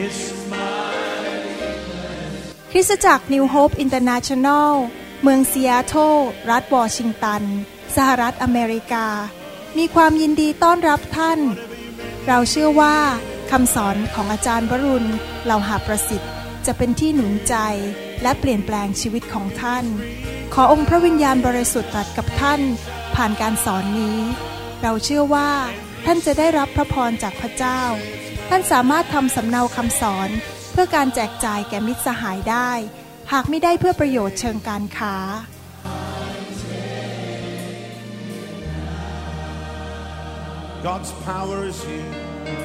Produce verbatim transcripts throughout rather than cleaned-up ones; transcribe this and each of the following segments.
คริสตจักร New Hope International เมืองซีแอตเทิลรัฐวอชิงตันสหรัฐอเมริกามีความยินดีต้อนรับท่านเราเชื่อว่าคำสอนของอาจารย์วรุณเหล่าหาประสิทธิ์จะเป็นที่หนุนใจและเปลี่ยนแปลงชีวิตของท่านขอองค์พระวิญญาณบริสุทธิ์ตรัสกับท่านผ่านการสอนนี้เราเชื่อว่าท่านจะได้รับพระพรจากพระเจ้าท่านสามารถทำสำเนาคำสอนเพื่อการแจกจ่ายแก่มิตรสหายได้หากไม่ได้เพื่อประโยชน์เชิงการค้า God's power is here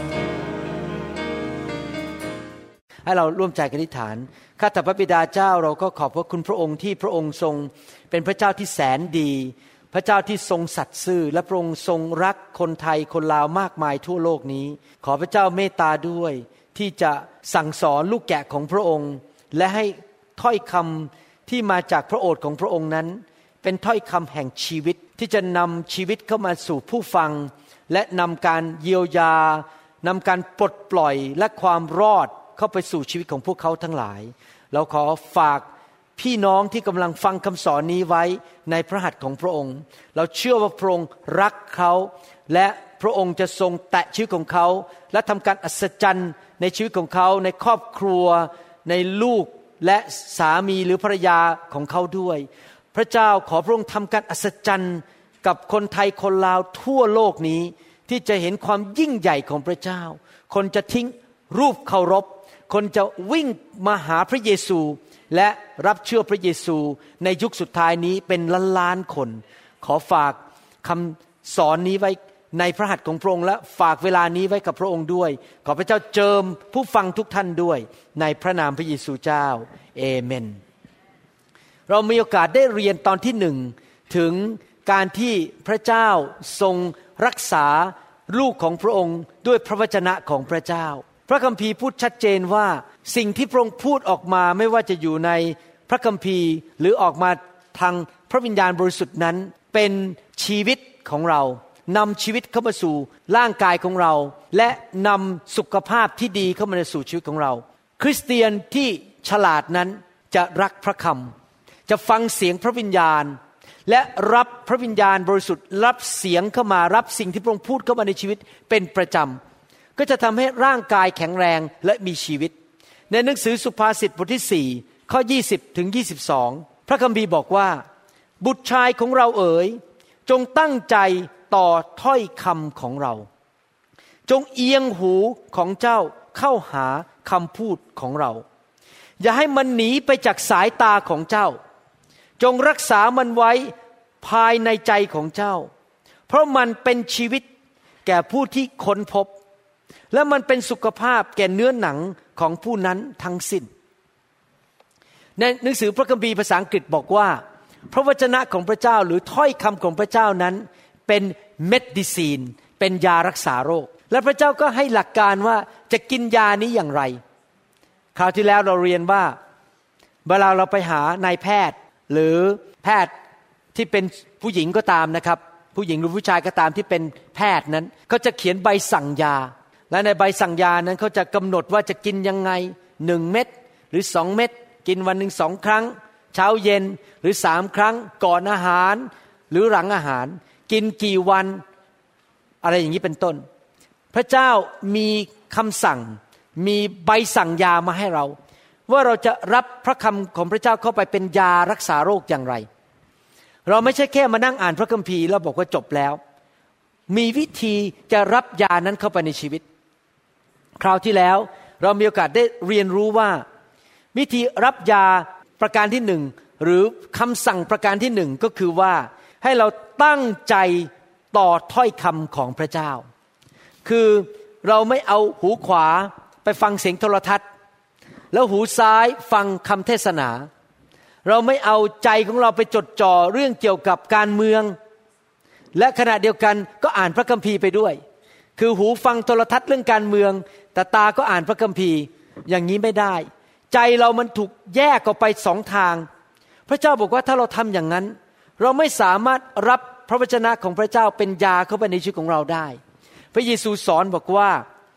ให้เราร่วมใจกันอธิษฐานข้าแต่พระบิดาเจ้าเราก็ขอบพระคุณพระองค์ที่พระองค์ทรงเป็นพระเจ้าที่แสนดีพระเจ้าที่ทรงสัตย์ซื่อและพระองค์ทรงรักคนไทยคนลาวมากมายทั่วโลกนี้ขอพระเจ้าเมตตาด้วยที่จะสั่งสอนลูกแกะของพระองค์และให้ถ้อยคำที่มาจากพระโอษฐ์ของพระองค์นั้นเป็นถ้อยคำแห่งชีวิตที่จะนำชีวิตเข้ามาสู่ผู้ฟังและนำการเยียวยานำการปลดปล่อยและความรอดเข้าไปสู่ชีวิตของพวกเขาทั้งหลายเราขอฝากพี่น้องที่กำลังฟังคำสอนนี้ไว้ในพระหัตถ์ของพระองค์เราเชื่อว่าพระองค์รักเขาและพระองค์จะทรงแตะชีวิตของเขาและทำการอัศจรรย์ในชีวิตของเขาในครอบครัวในลูกและสามีหรือภรรยาของเขาด้วยพระเจ้าขอพระองค์ทำการอัศจรรย์กับคนไทยคนลาวทั่วโลกนี้ที่จะเห็นความยิ่งใหญ่ของพระเจ้าคนจะทิ้งรูปเคารพคนจะวิ่งมาหาพระเยซูและรับเชื่อพระเยซูในยุคสุดท้ายนี้เป็นล้านล้านคนขอฝากคำสอนนี้ไว้ในพระหัตถ์ของพระองค์และฝากเวลานี้ไว้กับพระองค์ด้วยขอพระเจ้าเจิมผู้ฟังทุกท่านด้วยในพระนามพระเยซูเจ้าเอเมนเรามีโอกาสได้เรียนตอนที่หนึ่งถึงการที่พระเจ้าทรงรักษาลูกของพระองค์ด้วยพระวจนะของพระเจ้าพระคัมภีร์พูดชัดเจนว่าสิ่งที่พระองค์พูดออกมาไม่ว่าจะอยู่ในพระคัมภีร์หรือออกมาทางพระวิญญาณบริสุทธิ์นั้นเป็นชีวิตของเรานำชีวิตเข้ามาสู่ร่างกายของเราและนำสุขภาพที่ดีเข้ามาในสู่ชีวิตของเราคริสเตียนที่ฉลาดนั้นจะรักพระคำจะฟังเสียงพระวิญญาณและรับพระวิญญาณบริสุทธิ์รับเสียงเข้ามารับสิ่งที่พระองค์พูดเข้ามาในชีวิตเป็นประจำก็จะทำให้ร่างกายแข็งแรงและมีชีวิตในหนังสือสุภาษิตบทที่สี่ข้อยี่สิบถึงยี่สิบสองพระคัมภีร์บอกว่าบุตรชายของเราเอ๋ยจงตั้งใจต่อถ้อยคำของเราจงเอียงหูของเจ้าเข้าหาคำพูดของเราอย่าให้มันหนีไปจากสายตาของเจ้าจงรักษามันไว้ภายในใจของเจ้าเพราะมันเป็นชีวิตแก่ผู้ที่ค้นพบและมันเป็นสุขภาพแก่เนื้อหนังของผู้นั้นทั้งสิ้นในหนังสือพระคัมภีร์ภาษาอังกฤษบอกว่าพระวจนะของพระเจ้าหรือถ้อยคำของพระเจ้านั้นเป็นเมดิซีนเป็นยารักษาโรคและพระเจ้าก็ให้หลักการว่าจะกินยานี้อย่างไรคราวที่แล้วเราเรียนว่าเวลาเราไปหานายแพทย์หรือแพทย์ที่เป็นผู้หญิงก็ตามนะครับผู้หญิงหรือผู้ชายก็ตามที่เป็นแพทย์นั้นเขาจะเขียนใบสั่งยาและในใบสั่งยานั้นเขาจะกำหนดว่าจะกินยังไงหนึ่งเม็ดหรือสองเม็ดกินวันหนึ่งสองครั้งเช้าเย็นหรือสามครั้งก่อนอาหารหรือหลังอาหารกินกี่วันอะไรอย่างนี้เป็นต้นพระเจ้ามีคำสั่งมีใบสั่งยามาให้เราว่าเราจะรับพระคำของพระเจ้าเข้าไปเป็นยารักษาโรคอย่างไรเราไม่ใช่แค่มานั่งอ่านพระคัมภีร์แล้วบอกว่าจบแล้วมีวิธีจะรับยานั้นเข้าไปในชีวิตคราวที่แล้วเรามีโอกาสได้เรียนรู้ว่าวิธีรับยาประการที่หนึ่งหรือคำสั่งประการที่หนึ่งก็คือว่าให้เราตั้งใจต่อถ้อยคำของพระเจ้าคือเราไม่เอาหูขวาไปฟังเสียงโทรทัศน์แล้วหูซ้ายฟังคำเทศนาเราไม่เอาใจของเราไปจดจ่อเรื่องเกี่ยวกับการเมืองและขณะเดียวกันก็อ่านพระคัมภีร์ไปด้วยคือหูฟังโทรทัศน์เรื่องการเมืองแต่ตาก็อ่านพระคัมภีร์อย่างนี้ไม่ได้ใจเรามันถูกแยกออกไปสองทางพระเจ้าบอกว่าถ้าเราทำอย่างนั้นเราไม่สามารถรับพระวจนะของพระเจ้าเป็นยาเข้าไปในชีวิตของเราได้พระเยซูสอนบอกว่า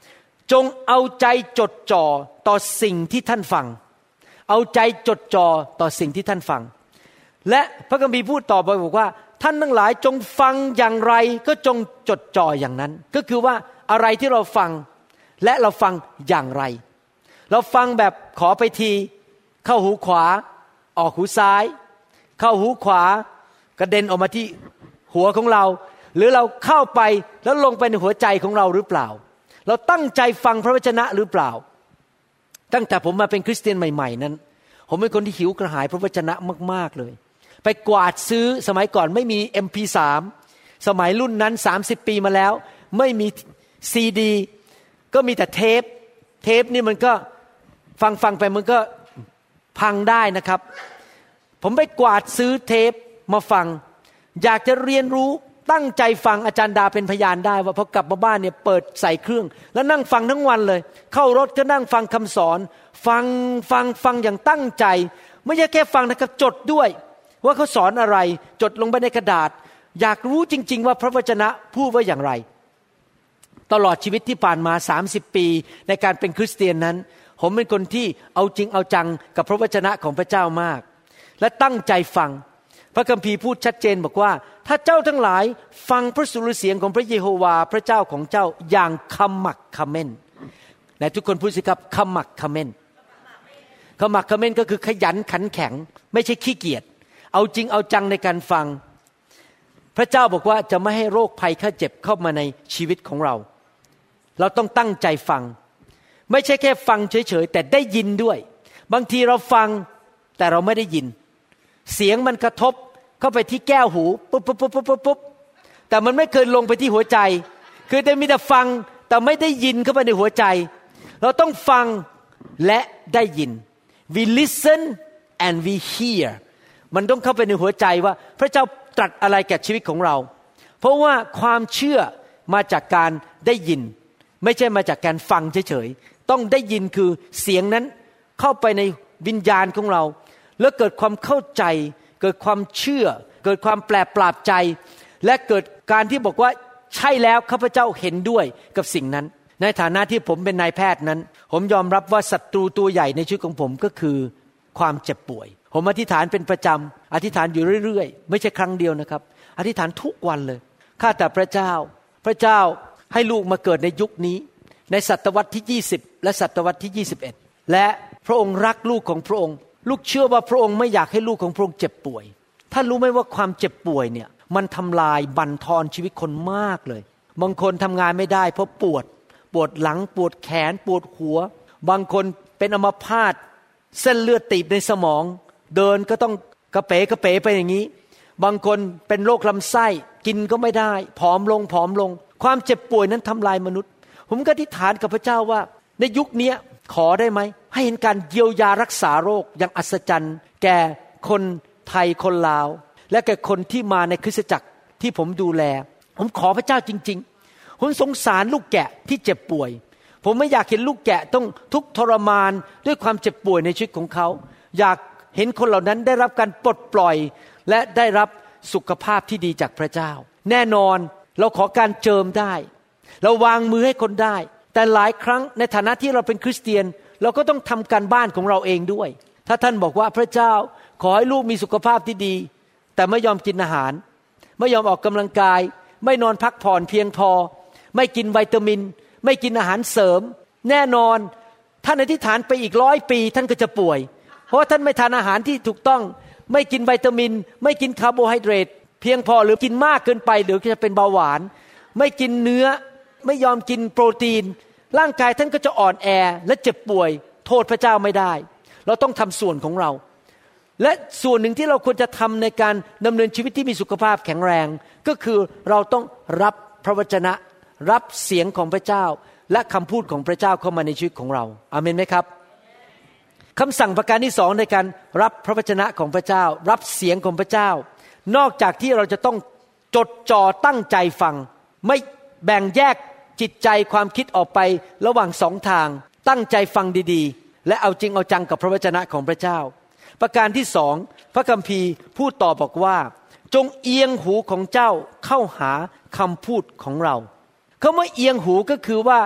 จงเอาใจจดจ่อต่อสิ่งที่ท่านฟังเอาใจจดจ่อต่อสิ่งที่ท่านฟังและพระคัมภีร์พูดต่อไปบอกว่าท่านทั้งหลายจงฟังอย่างไรก็จงจดจ่ออย่างนั้นก็คือว่าอะไรที่เราฟังและเราฟังอย่างไรเราฟังแบบขอไปทีเข้าหูขวาออกหูซ้ายเข้าหูขวากระเด็นออกมาที่หัวของเราหรือเราเข้าไปแล้วลงไปในหัวใจของเราหรือเปล่าเราตั้งใจฟังพระวจนะหรือเปล่าตั้งแต่ผมมาเป็นคริสเตียนใหม่ๆนั้นผมเป็นคนที่หิวกระหายพระวจนะมากๆเลยไปกวาดซื้อสมัยก่อนไม่มี เอ็ม พี สาม สมัยรุ่นนั้นสามสิบปีมาแล้วไม่มีซีดีก็มีแต่เทปเทปนี่มันก็ฟังฟังไปมันก็พังได้นะครับผมไปกวาดซื้อเทปมาฟังอยากจะเรียนรู้ตั้งใจฟังอาจารย์ดาเป็นพยานได้ว่าพอกลับมาบ้านเนี่ยเปิดใส่เครื่องแล้วนั่งฟังทั้งวันเลยเข้ารถก็นั่งฟังคำสอนฟังฟังฟังอย่างตั้งใจไม่ใช่แค่ฟังนะครับจดด้วยว่าเขาสอนอะไรจดลงไปในกระดาษอยากรู้จริงๆว่าพระวจนะพูดว่าอย่างไรตลอดชีวิตที่ผ่านมาสามสิบปีในการเป็นคริสเตียนนั้นผมเป็นคนที่เอาจริงเอาจังกับพระวจนะของพระเจ้ามากและตั้งใจฟังพระคัมภีร์พูดชัดเจนบอกว่าถ้าเจ้าทั้งหลายฟังพระสุรเสียงของพระเยโฮวาห์พระเจ้าของเจ้าอย่างขมักเขม้นและทุกคนพูดสิครับขมักเขม้นขมักเขม้นก็คือขยันขันแข็งไม่ใช่ขี้เกียจเอาจริงเอาจังในการฟังพระเจ้าบอกว่าจะไม่ให้โรคภัยไข้เจ็บเข้ามาในชีวิตของเราเราต้องตั้งใจฟังไม่ใช่แค่ฟังเฉยๆแต่ได้ยินด้วยบางทีเราฟังแต่เราไม่ได้ยินเสียงมันกระทบเข้าไปที่แก้วหูปุ๊บปุ๊บปุ๊บปุ๊บปุ๊บแต่มันไม่เคยลงไปที่หัวใจคือแต่มีแต่ฟังแต่ไม่ได้ยินเข้าไปในหัวใจเราต้องฟังและได้ยิน we listen and we hear มันต้องเข้าไปในหัวใจว่าพระเจ้าตรัสอะไรแก่ชีวิตของเราเพราะว่าความเชื่อมาจากการได้ยินไม่ใช่มาจากการฟังเฉยๆต้องได้ยินคือเสียงนั้นเข้าไปในวิญญาณของเราแล้วเกิดความเข้าใจเกิดความเชื่อเกิดความแปลปราบใจและเกิดการที่บอกว่าใช่แล้วข้าพเจ้าเห็นด้วยกับสิ่งนั้นในฐานะที่ผมเป็นนายแพทย์นั้นผมยอมรับว่าศัตรูตัวใหญ่ในชีวิตของผมก็คือความเจ็บป่วยผมอธิษฐานเป็นประจำอธิษฐานอยู่เรื่อยๆไม่ใช่ครั้งเดียวนะครับอธิษฐานทุกวันเลยข้าแต่พระเจ้าพระเจ้าให้ลูกมาเกิดในยุคนี้ในศตวรรษที่ยี่สิบและศตวรรษที่ยี่สิบเอ็ดและพระองค์รักลูกของพระองค์ลูกเชื่อว่าพระองค์ไม่อยากให้ลูกของพระองค์เจ็บป่วยท่านรู้ไหมว่าความเจ็บป่วยเนี่ยมันทำลายบั่นทอนชีวิตคนมากเลยบางคนทำงานไม่ได้เพราะปวดปวดหลังปวดแขนปวดหัวบางคนเป็นอัมพาตเส้นเลือดตีบในสมองเดินก็ต้องกระเป๋กระเป๋ไปอย่างนี้บางคนเป็นโรคลำไส้กินก็ไม่ได้ผอมลงผอมลงความเจ็บป่วยนั้นทำลายมนุษย์ผมก็อธิษฐานกับพระเจ้าว่าในยุคนี้ขอได้ไหมให้เห็นการเยียวยารักษาโรคอย่างอัศจรรย์แก่คนไทยคนลาวและแก่คนที่มาในคริสตจักรที่ผมดูแลผมขอพระเจ้าจริงๆผมสงสารลูกแกะที่เจ็บป่วยผมไม่อยากเห็นลูกแกะต้องทุกข์ทรมานด้วยความเจ็บป่วยในชีวิตของเขาอยากเห็นคนเหล่านั้นได้รับการปลดปล่อยและได้รับสุขภาพที่ดีจากพระเจ้าแน่นอนเราขอการเจิมได้เราวางมือให้คนได้แต่หลายครั้งในฐานะที่เราเป็นคริสเตียนเราก็ต้องทำการบ้านของเราเองด้วยถ้าท่านบอกว่าพระเจ้าขอให้ลูกมีสุขภาพที่ดีแต่ไม่ยอมกินอาหารไม่ยอมออกกำลังกายไม่นอนพักผ่อนเพียงพอไม่กินวิตามินไม่กินอาหารเสริมแน่นอนท่านอธิษฐานไปอีกร้อยปีท่านก็จะป่วยเพราะว่าท่านไม่ทานอาหารที่ถูกต้องไม่กินวิตามินไม่กินคาร์โบไฮเดรตเพียงพอหรือกินมากเกินไปหรือจะเป็นเบาหวานไม่กินเนื้อไม่ยอมกินโปรตีนร่างกายท่านก็จะอ่อนแอและเจ็บป่วยโทษพระเจ้าไม่ได้เราต้องทำส่วนของเราและส่วนหนึ่งที่เราควรจะทำในการดำเนินชีวิตที่มีสุขภาพแข็งแรงก็คือเราต้องรับพระวจนะรับเสียงของพระเจ้าและคำพูดของพระเจ้าเข้ามาในชีวิตของเราอาเมนไหมครับคำสั่งประการที่สองในการรับพระวจนะของพระเจ้ารับเสียงของพระเจ้านอกจากที่เราจะต้องจดจ่อตั้งใจฟังไม่แบ่งแยกจิตใจความคิดออกไประหว่างสองทางตั้งใจฟังดีๆและเอาจริงเอาจังกับพระวจนะของพระเจ้าประการที่สองพระคัมภีร์พูดต่อบอกว่าจงเอียงหูของเจ้าเข้าหาคำพูดของเราคำว่าเอียงหูก็คือว่า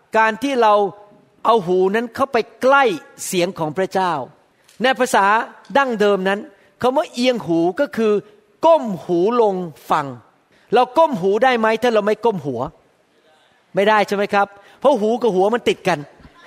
การที่เราเอาหูนั้นเข้าไปใกล้เสียงของพระเจ้าในภาษาดั้งเดิมนั้นคำว่าเอียงหูก็คือก้มหูลงฟังเราก้มหูได้ไหมถ้าเราไม่ก้มหัวไม่ได้ใช่ไหมครับเพราะหูกับหัวมันติดกัน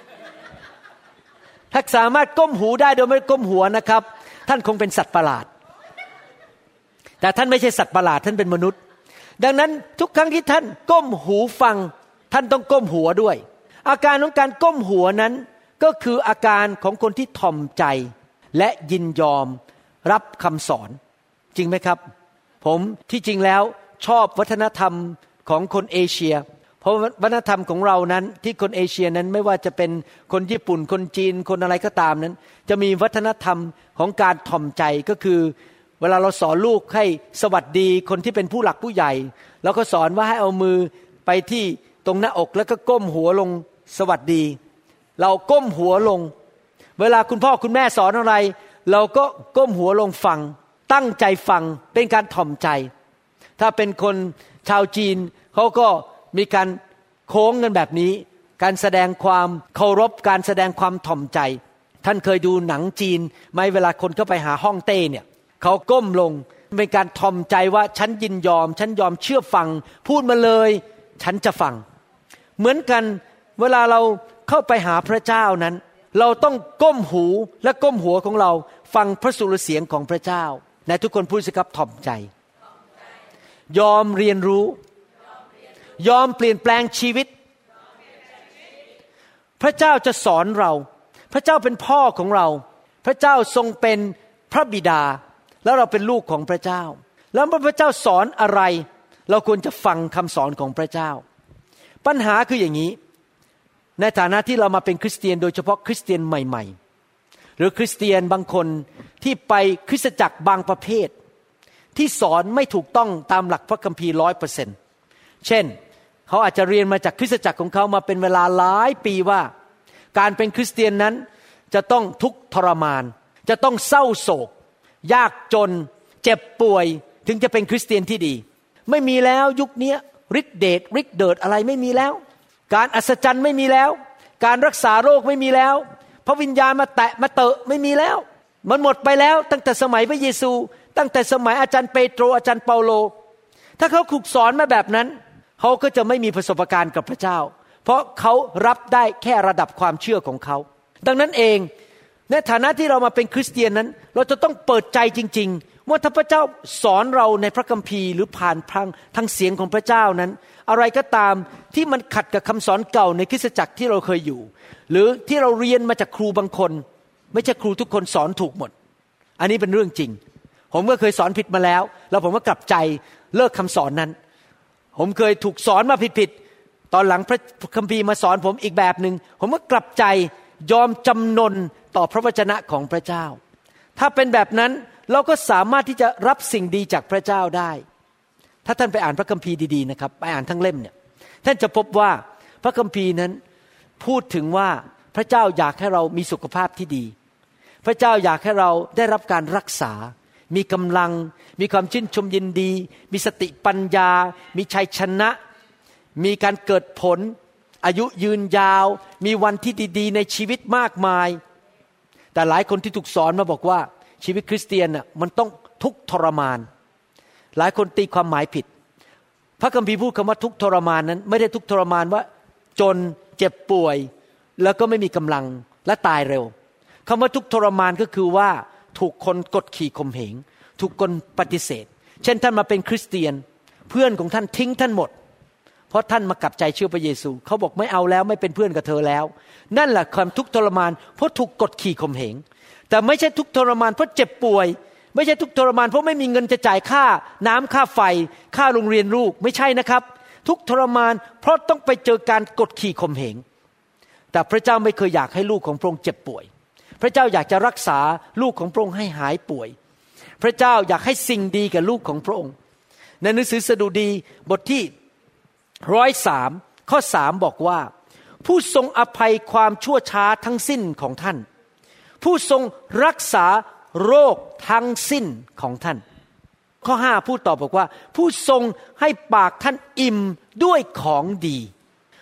ถ้าสามารถก้มหูได้โดยไม่ก้มหัวนะครับท่านคงเป็นสัตว์ประหลาดแต่ท่านไม่ใช่สัตว์ประหลาดท่านเป็นมนุษย์ดังนั้นทุกครั้งที่ท่านก้มหูฟังท่านต้องก้มหัวด้วยอาการของการก้มหัวนั้นก็คืออาการของคนที่ถ่อมใจและยินยอมรับคำสอนจริงไหมครับผมที่จริงแล้วชอบวัฒนธรรมของคนเอเชียเพราะวัฒนธรรมของเรานั้นที่คนเอเชียนั้นไม่ว่าจะเป็นคนญี่ปุ่นคนจีนคนอะไรก็ตามนั้นจะมีวัฒนธรรมของการถ่อมใจก็คือเวลาเราสอนลูกให้สวัสดีคนที่เป็นผู้หลักผู้ใหญ่เราก็สอนว่าให้เอามือไปที่ตรงหน้าอกแล้วก็ก้มหัวลงสวัสดีเราก้มหัวลงเวลาคุณพ่อคุณแม่สอนอะไรเราก็ก้มหัวลงฟังตั้งใจฟังเป็นการถ่อมใจถ้าเป็นคนชาวจีนเขาก็มีการโค้งกันแบบนี้การแสดงความเคารพการแสดงความถ่อมใจท่านเคยดูหนังจีนไหมเวลาคนเข้าไปหาฮ่องเต้เนี่ยเขาก้มลงเป็นการถ่อมใจว่าฉันยินยอมฉันยอมเชื่อฟังพูดมาเลยฉันจะฟังเหมือนกันเวลาเราเข้าไปหาพระเจ้านั้นเราต้องก้มหูและก้มหัวของเราฟังพระสุรเสียงของพระเจ้าและทุกคนพูดสิครับถ่อมใจยอมเรียนรู้ยอมเปลี่ยนแปลงชีวิตพระเจ้าจะสอนเราพระเจ้าเป็นพ่อของเราพระเจ้าทรงเป็นพระบิดาแล้วเราเป็นลูกของพระเจ้าแล้วเมื่อพระเจ้าสอนอะไรเราควรจะฟังคำสอนของพระเจ้าปัญหาคืออย่างนี้ในฐานะที่เรามาเป็นคริสเตียนโดยเฉพาะคริสเตียนใหม่ๆหรือคริสเตียนบางคนที่ไปคริสตจักรบางประเภทที่สอนไม่ถูกต้องตามหลักพระคัมภีร์ ร้อยเปอร์เซ็นต์ เช่นเขาอาจจะเรียนมาจากคริสตจักรของเขามาเป็นเวลาหลายปีว่าการเป็นคริสเตียนนั้นจะต้องทุกข์ทรมานจะต้องเศร้าโศกยากจนเจ็บป่วยถึงจะเป็นคริสเตียนที่ดีไม่มีแล้วยุคนี้ฤทธิ์เดชฤทธิ์เดิดอะไรไม่มีแล้วการอัศจรรย์ไม่มีแล้วการรักษาโรคไม่มีแล้วพระวิญญาณมาแตะมาเตอะไม่มีแล้วมันหมดไปแล้วตั้งแต่สมัยพระเยซูตั้งแต่สมัยอาจารย์เปโตรอาจารย์เปาโลถ้าเขาถูกสอนมาแบบนั้นเขาก็จะไม่มีประสบการณ์กับพระเจ้าเพราะเขารับได้แค่ระดับความเชื่อของเขาดังนั้นเองในฐานะที่เรามาเป็นคริสเตียนนั้นเราจะต้องเปิดใจจริงๆว่าถ้าพระเจ้าสอนเราในพระคัมภีร์หรือผ่านทางทางเสียงของพระเจ้านั้นอะไรก็ตามที่มันขัดกับคำสอนเก่าในคริสตจักรที่เราเคยอยู่หรือที่เราเรียนมาจากครูบางคนไม่ใช่ครูทุกคนสอนถูกหมดอันนี้เป็นเรื่องจริงผมก็เคยสอนผิดมาแล้วแล้วผมก็กลับใจเลิกคำสอนนั้นผมเคยถูกสอนมาผิดๆตอนหลังพระคัมภีร์มาสอนผมอีกแบบนึงผมก็กลับใจยอมจำนนต่อพระวจนะของพระเจ้าถ้าเป็นแบบนั้นเราก็สามารถที่จะรับสิ่งดีจากพระเจ้าได้ถ้าท่านไปอ่านพระคัมภีร์ดีๆนะครับไปอ่านทั้งเล่มเนี่ยท่านจะพบว่าพระคัมภีร์นั้นพูดถึงว่าพระเจ้าอยากให้เรามีสุขภาพที่ดีพระเจ้าอยากให้เราได้รับการรักษามีกำลังมีความชื่นชมยินดีมีสติปัญญามีชัยชนะมีการเกิดผลอายุยืนยาวมีวันที่ดีๆในชีวิตมากมายแต่หลายคนที่ถูกสอนมาบอกว่าชีวิตคริสเตียนน่ะมันต้องทุกข์ทรมานหลายคนตีความหมายผิดพระคัมภีร์พูดคำว่าทุกข์ทรมานนั้นไม่ได้ทุกข์ทรมานว่าจนเจ็บป่วยแล้วก็ไม่มีกำลังและตายเร็วคำว่าทุกข์ทรมานก็คือว่าถูกคนกดขี่ข่มเหงถูกคนปฏิเสธเช่นท่านมาเป็นคริสเตียนเพื่อนของท่านทิ้งท่านหมดเพราะท่านมากลับใจเชื่อพระเยซูเขาบอกไม่เอาแล้วไม่เป็นเพื่อนกับเธอแล้วนั่นแหละความทุกข์ทรมานเพราะถูกกดขี่ข่มเหงแต่ไม่ใช่ทุกข์ทรมานเพราะเจ็บป่วยไม่ใช่ทุกข์ทรมานเพราะไม่มีเงินจะจ่ายค่าน้ำค่าไฟค่าโรงเรียนลูกไม่ใช่นะครับทุกข์ทรมานเพราะต้องไปเจอการกดขี่ข่มเหงแต่พระเจ้าไม่เคยอยากให้ลูกของพระองค์เจ็บป่วยพระเจ้าอยากจะรักษาลูกของพระองค์ให้หายป่วยพระเจ้าอยากให้สิ่งดีแก่ลูกของพระองค์ในหนังสือสดุดีบทที่หนึ่งร้อยสามข้อสามบอกว่าผู้ทรงอภัยความชั่วช้าทั้งสิ้นของท่านผู้ทรงรักษาโรคทั้งสิ้นของท่านข้อห้าพูดต่อบอกว่าผู้ทรงให้ปากท่านอิ่มด้วยของดี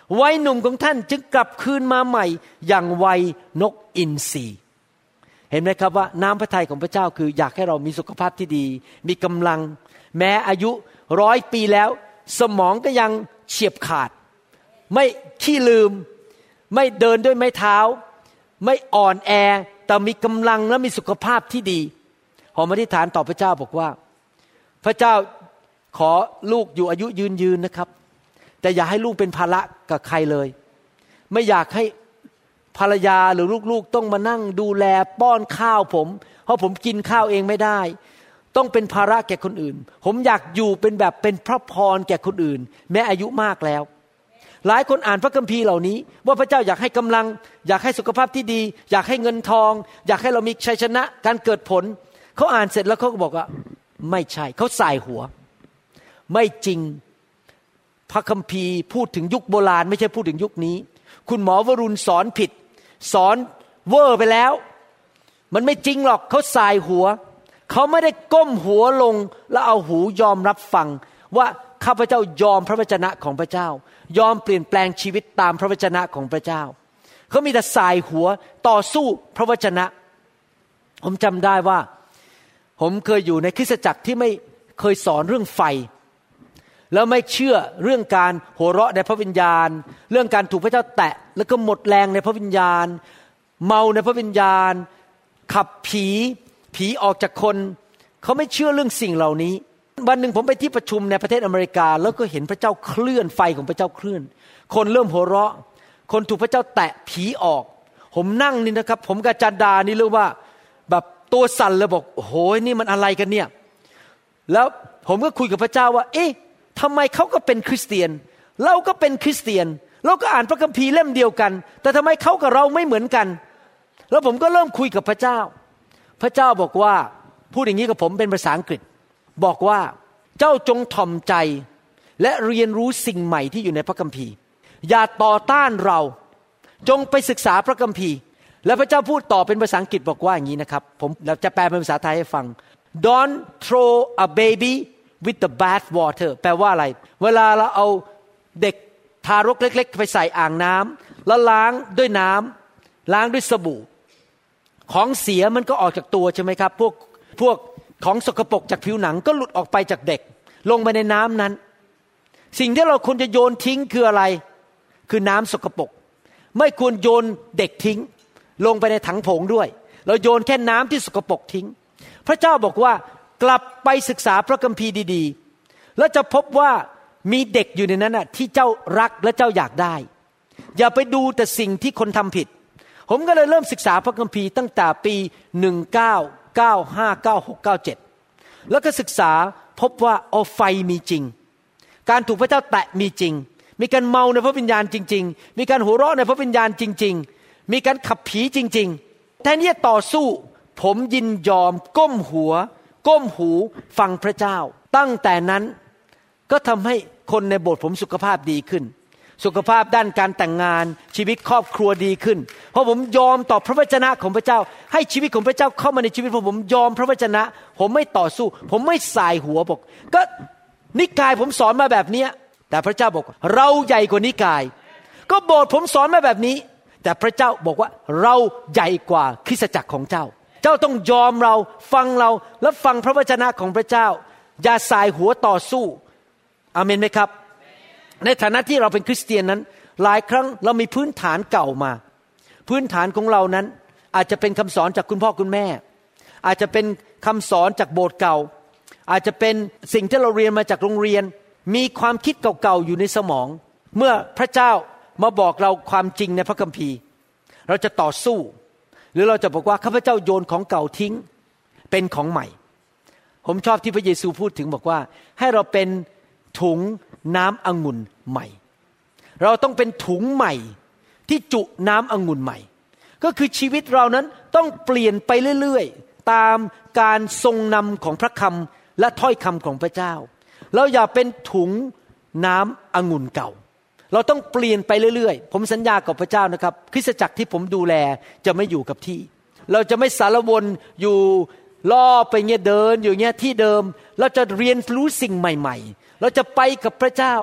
วัยหนุ่มของท่านจึงกลับคืนมาใหม่อย่างวัยนกอินทรีเห็นไหมครับว่าน้ำพระทัยของพระเจ้าคืออยากให้เรามีสุขภาพที่ดีมีกำลังแม้อายุร้อยปีแล้วสมองก็ยังเฉียบขาดไม่ขี้ลืมไม่เดินด้วยไม้เท้าไม่อ่อนแอแต่มีกำลังและมีสุขภาพที่ดีผมอธิษฐานต่อพระเจ้าบอกว่าพระเจ้าขอลูกอยู่อายุยืนยืนนะครับแต่อย่าให้ลูกเป็นภาระกับใครเลยไม่อยากให้ภรรยาหรือลูกๆต้องมานั่งดูแลป้อนข้าวผมเพราะผมกินข้าวเองไม่ได้ต้องเป็นภาระแก่คนอื่นผมอยากอยู่เป็นแบบเป็นพระพรแก่คนอื่นแม้อายุมากแล้วหลายคนอ่านพระคัมภีร์เหล่านี้ว่าพระเจ้าอยากให้กำลังอยากให้สุขภาพที่ดีอยากให้เงินทองอยากให้เรามีชัยชนะการเกิดผลเขาอ่านเสร็จแล้วเขาก็บอกว่าไม่ใช่เขาสายหัวไม่จริงพระคัมภีร์พูดถึงยุคโบราณไม่ใช่พูดถึงยุคนี้คุณหมอวรุณสอนผิดสอนเวอร์ไปแล้วมันไม่จริงหรอกเขาสายหัวเขาไม่ได้ก้มหัวลงแล้วเอาหูยอมรับฟังว่าข้าพเจ้ายอมพระวจนะของพระเจ้ายอมเปลี่ยนแปลงชีวิตตามพระวจนะของพระเจ้าเขามีแต่สายหัวต่อสู้พระวจนะผมจำได้ว่าผมเคยอยู่ในคริสตจักรที่ไม่เคยสอนเรื่องไฟแล้วไม่เชื่อเรื่องการหัวเราะในพระวิญญาณเรื่องการถูกพระเจ้าแตะแล้วก็หมดแรงในพระวิญญาณเมาในพระวิญญาณขับผีผีออกจากคนเขาไม่เชื่อเรื่องสิ่งเหล่านี้วันหนึ่งผมไปที่ประชุมในประเทศอเมริกาแล้วก็เห็นพระเจ้าเคลื่อนไฟของพระเจ้าเคลื่อนคนเริ่มหัวเราะคนถูกพระเจ้าแตะผีออกผมนั่งนี่นะครับผมกับอาจารย์ดานี่เรียกว่าแบบตัวสั่นเลยบอกโอ้โหนี่มันอะไรกันเนี่ยแล้วผมก็คุยกับพระเจ้าว่าเอ๊ะทำไมเขาก็เป็นคริสเตียนเราก็เป็นคริสเตียนเราก็อ่านพระคัมภีร์เล่มเดียวกันแต่ทำไมเขากับเราไม่เหมือนกันแล้วผมก็เริ่มคุยกับพระเจ้าพระเจ้าบอกว่าพูดอย่างนี้กับผมเป็นภาษาอังกฤษบอกว่าเจ้าจงถ่อมใจและเรียนรู้สิ่งใหม่ที่อยู่ในพระคัมภีร์อย่าต่อต้านเราจงไปศึกษาพระคัมภีร์และพระเจ้าพูดต่อเป็นภาษาอังกฤษบอกว่าอย่างนี้นะครับผมเราจะแปลเป็นภาษาไทยให้ฟัง Don't throw a baby with the bath water แปลว่าอะไรเวลาเราเอาเด็กทารกเล็กๆไปใส่อ่างน้ำแล้วล้างด้วยน้ำล้างด้วยสบู่ของเสียมันก็ออกจากตัวใช่ไหมครับพวกพวกของสกปรกจากผิวหนังก็หลุดออกไปจากเด็กลงไปในน้ำนั้นสิ่งที่เราควรจะโยนทิ้งคืออะไรคือน้ำสกปรกไม่ควรโยนเด็กทิ้งลงไปในถังผงด้วยเราโยนแค่น้ำที่สกปรกทิ้งพระเจ้าบอกว่ากลับไปศึกษาพระคัมภีร์ดีๆแล้วจะพบว่ามีเด็กอยู่ในนั้นน่ะที่เจ้ารักและเจ้าอยากได้อย่าไปดูแต่สิ่งที่คนทำผิดผมก็เลยเริ่มศึกษาพระคัมภีร์ตั้งแต่ปีหนึ่งเก้าเก้าห้า เก้าหก เก้าเจ็ดแล้วก็ศึกษาพบว่าเอาไฟมีจริงการถูกพระเจ้าแตะมีจริงมีการเมาในพระวิญญาณจริงๆมีการหัวเราะในพระวิญญาณจริงๆมีการขับผีจริงๆแทนที่จะต่อสู้ผมยินยอมก้มหัวก้มหูฟังพระเจ้าตั้งแต่นั้นก็ทำให้คนในโบสถ์ผมสุขภาพดีขึ้นสุขภาพด้านการแต่งงานชีวิตครอบครัวดีขึ้นเพราะผมยอมต่อพระวจนะของพระเจ้าให้ชีวิตของพระเจ้าเข้ามาในชีวิตผมยอมพระวจนะผมไม่ต่อสู้ผมไม่สายหัวบอกก็นิกายผมสอนมาแบบนี้แต่พระเจ้าบอกเราใหญ่กว่านิกายก็โบสถ์ผมสอนมาแบบนี้แต่พระเจ้าบอกว่าเราใหญ่กว่าคริสตจักรของเจ้าเจ้าต้องยอมเราฟังเราและฟังพระวจนะของพระเจ้าอย่าสายหัวต่อสู้อาเมนไหมครับในฐานะที่เราเป็นคริสเตียนนั้นหลายครั้งเรามีพื้นฐานเก่ามาพื้นฐานของเรานั้นอาจจะเป็นคำสอนจากคุณพ่อคุณแม่อาจจะเป็นคำสอนจากโบสถ์เก่าอาจจะเป็นสิ่งที่เราเรียนมาจากโรงเรียนมีความคิดเก่าๆอยู่ในสมองเมื่อพระเจ้ามาบอกเราความจริงในพระคัมภีร์เราจะต่อสู้หรือเราจะบอกว่าข้าพเจ้าโยนของเก่าทิ้งเป็นของใหม่ผมชอบที่พระเยซูพูดถึงบอกว่าให้เราเป็นถุงน้ำองุ่นใหม่เราต้องเป็นถุงใหม่ที่จุน้ำองุ่นใหม่ก็คือชีวิตเรานั้นต้องเปลี่ยนไปเรื่อยๆตามการทรงนำของพระคำและถ้อยคำของพระเจ้าเราอย่าเป็นถุงน้ำองุ่นเก่าเราต้องเปลี่ยนไปเรื่อยๆผมสัญญากับพระเจ้านะครับคริสตจักรที่ผมดูแลจะไม่อยู่กับที่เราจะไม่สารวนอยู่ล่อไปเงี้ยเดินอยู่เงี้ยที่เดิมเราจะเรียนรู้สิ่งใหม่ๆเราจะไปกับพระเจ้า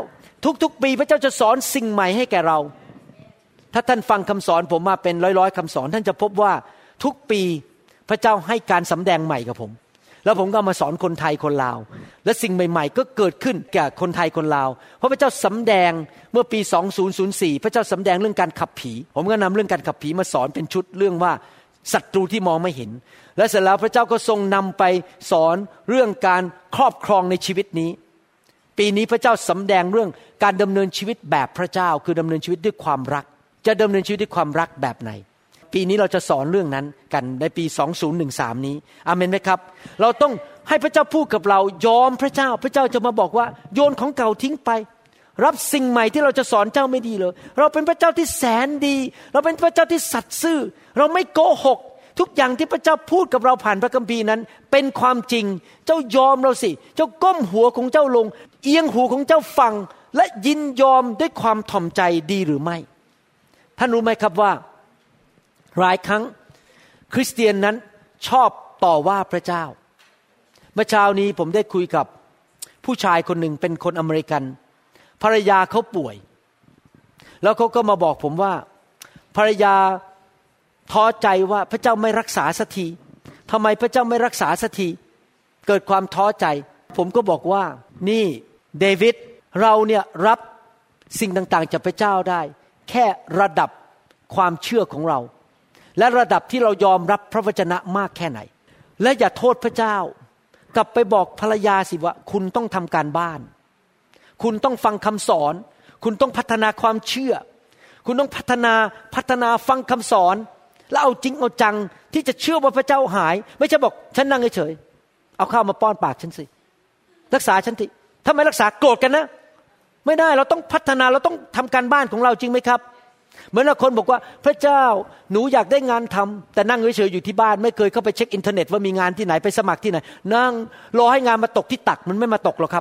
ทุกๆปีพระเจ้าจะสอนสิ่งใหม่ให้แก่เราถ้าท่านฟังคำสอนผมมาเป็นร้อยๆคำสอนท่านจะพบว่าทุกปีพระเจ้าให้การสำแดงใหม่กับผมแล้วผมก็มาสอนคนไทยคนลาวและสิ่งใหม่ๆก็เกิดขึ้นแก่คนไทยคนลาวเพราะพระเจ้าสำแดงเมื่อปีสองพันสี่พระเจ้าสำแดงเรื่องการขับผีผมก็นำเรื่องการขับผีมาสอนเป็นชุดเรื่องว่าศัตรูที่มองไม่เห็นและเสร็จแล้วพระเจ้าก็ทรงนำไปสอนเรื่องการครอบครองในชีวิตนี้ปีนี้พระเจ้าสำแดงเรื่องการดำเนินชีวิตแบบพระเจ้าคือดำเนินชีวิตด้วยความรักจะดำเนินชีวิตด้วยความรักแบบไหนปีนี้เราจะสอนเรื่องนั้นกันในปีสองพันสิบสามนี้อาเมนไหมครับเราต้องให้พระเจ้าพูดกับเรายอมพระเจ้าพระเจ้าจะมาบอกว่าโยนของเก่าทิ้งไปรับสิ่งใหม่ที่เราจะสอนเจ้าไม่ดีเลยเราเป็นพระเจ้าที่แสนดีเราเป็นพระเจ้าที่สัตย์ซื่อเราไม่โกหกทุกอย่างที่พระเจ้าพูดกับเราผ่านพระคัมภีร์นั้นเป็นความจริงเจ้ายอมเราสิเจ้าก้มหัวของเจ้าลงเอียงหูของเจ้าฟังและยินยอมด้วยความถ่อมใจดีหรือไม่ท่านรู้ไหมครับว่าหลายครั้งคริสเตียนนั้นชอบต่อว่าพระเจ้าเมื่อเช้านี้ผมได้คุยกับผู้ชายคนหนึ่งเป็นคนอเมริกันภรรยาเขาป่วยแล้วเขาก็มาบอกผมว่าภรรยาท้อใจว่าพระเจ้าไม่รักษาสักทีทำไมพระเจ้าไม่รักษาสักทีเกิดความท้อใจผมก็บอกว่านี่เดวิดเราเนี่ยรับสิ่งต่างๆจากพระเจ้าได้แค่ระดับความเชื่อของเราและระดับที่เรายอมรับพระวจนะมากแค่ไหนและอย่าโทษพระเจ้ากลับไปบอกภรรยาสิว่าคุณต้องทำการบ้านคุณต้องฟังคำสอนคุณต้องพัฒนาความเชื่อคุณต้องพัฒนาพัฒนาฟังคำสอนแล้วเอาจริงเอาจังที่จะเชื่อว่าพระเจ้าหายไม่ใช่บอกฉันนั่งเฉยๆเอาข้าวมาป้อนปากฉันสิรักษาฉันทีถ้าไม่รักษาโกรธกันนะไม่ได้เราต้องพัฒนาเราต้องทำการบ้านของเราจริงไหมครับเหมือนคนบอกว่าพระเจ้าหนูอยากได้งานทำแต่นั่งเฉยๆอยู่ที่บ้านไม่เคยเข้าไปเช็คอินเทอร์เน็ตว่ามีงานที่ไหนไปสมัครที่ไหนนั่งรอให้งานมาตกที่ตักมันไม่มาตกหรอกครับ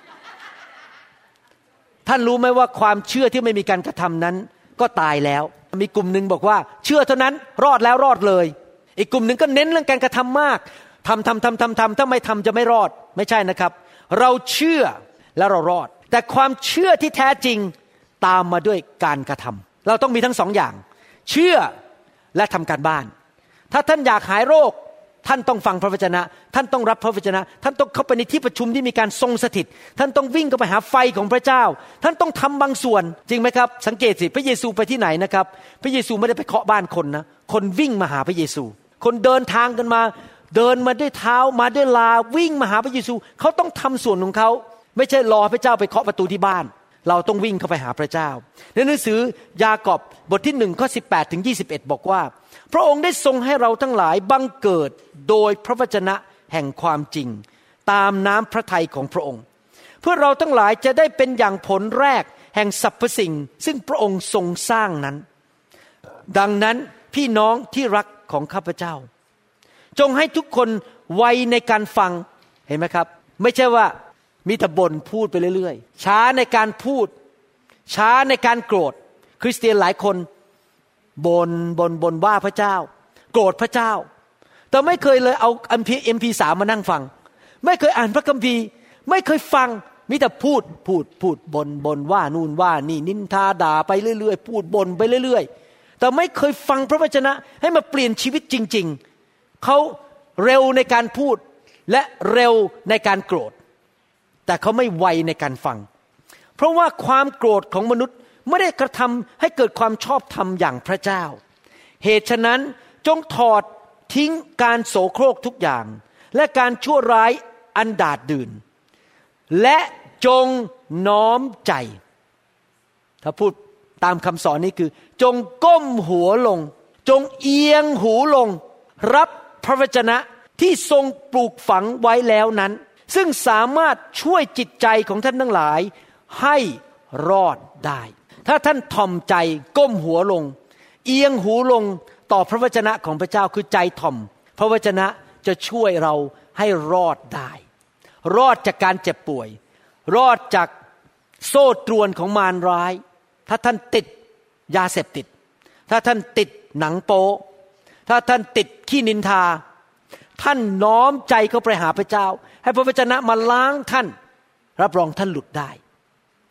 ท่านรู้ไหมว่าความเชื่อที่ไม่มีการกระทำนั้นก็ตายแล้วมีกลุ่มนึงบอกว่าเชื่อเท่านั้นรอดแล้วรอดเลยอีกกลุ่มนึงก็เน้นเรื่องการกระทำมากทำทำทำทำทำถ้าไม่ทำจะไม่รอดไม่ใช่นะครับเราเชื่อแล้วเรารอดแต่ความเชื่อที่แท้จริงตามมาด้วยการกระทำเราต้องมีทั้งสองอย่างเชื่อและทำการบ้านถ้าท่านอยากหายโรคท่านต้องฟังพระวจนะท่านต้องรับพระวจนะท่านต้องเข้าไปในที่ประชุมที่มีการทรงสถิตท่านต้องวิ่งเข้าไปหาไฟของพระเจ้าท่านต้องทำบางส่วนจริงไหมครับสังเกตสิพระเยซูไปที่ไหนนะครับพระเยซูไม่ได้ไปเคาะบ้านคนนะคนวิ่งมาหาพระเยซูคนเดินทางกันมาเดินมาด้วยเท้ามาด้วยลาวิ่งมาหาพระเยซูเขาต้องทำส่วนของเขาไม่ใช่รอพระเจ้าไปเคาะประตูที่บ้านเราต้องวิ่งเข้าไปหาพระเจ้าในหนังสือยากอบบทที่หนึ่งข้อสิบแปดถึงยี่สิบเอ็ดบอกว่าพระองค์ได้ทรงให้เราทั้งหลายบังเกิดโดยพระวจนะแห่งความจริงตามน้ำพระทัยของพระองค์เพื่อเราทั้งหลายจะได้เป็นอย่างผลแรกแห่งสรรพสิ่งซึ่งพระองค์ทรงสร้างนั้นดังนั้นพี่น้องที่รักของข้าพเจ้าจงให้ทุกคนไวในการฟังเห็นไหมครับไม่ใช่ว่ามีแต่บ่นพูดไปเรื่อยๆช้าในการพูดช้าในการโกรธคริสเตียนหลายคนบ่นบ่นบ่นว่าพระเจ้าโกรธพระเจ้าแต่ไม่เคยเลยเอา เอ็ม พี สาม มานั่งฟังไม่เคยอ่านพระคัมภีร์ไม่เคยฟังมีแต่พูดพูดพูดบ่นบ่นว่านู่นว่านี่นินทาด่าไปเรื่อยๆพูดบ่นไปเรื่อยๆแต่ไม่เคยฟังพระวจนะให้มาเปลี่ยนชีวิตจริงๆเขาเร็วในการพูดและเร็วในการโกรธแต่เขาไม่ไวในการฟังเพราะว่าความโกรธของมนุษย์ไม่ได้กระทำให้เกิดความชอบธรรมอย่างพระเจ้าเหตุฉะนั้นจงถอดทิ้งการโสโครกทุกอย่างและการชั่วร้ายอันดาษดื่นและจงน้อมใจถ้าพูดตามคำสอนนี้คือจงก้มหัวลงจงเอียงหูลงรับพระวจนะที่ทรงปลูกฝังไว้แล้วนั้นซึ่งสามารถช่วยจิตใจของท่านทั้งหลายให้รอดได้ถ้าท่านถ่อมใจก้มหัวลงเอียงหูลงต่อพระวจนะของพระเจ้าคือใจถ่อมพระวจนะจะช่วยเราให้รอดได้รอดจากการเจ็บป่วยรอดจากโซ่ตรวนของมารร้ายถ้าท่านติดยาเสพติดถ้าท่านติดหนังโป๊ถ้าท่านติดขี้นินทาท่านน้อมใจเข้าไปหาพระเจ้าให้พระวจนะมาล้างท่านรับรองท่านหลุดได้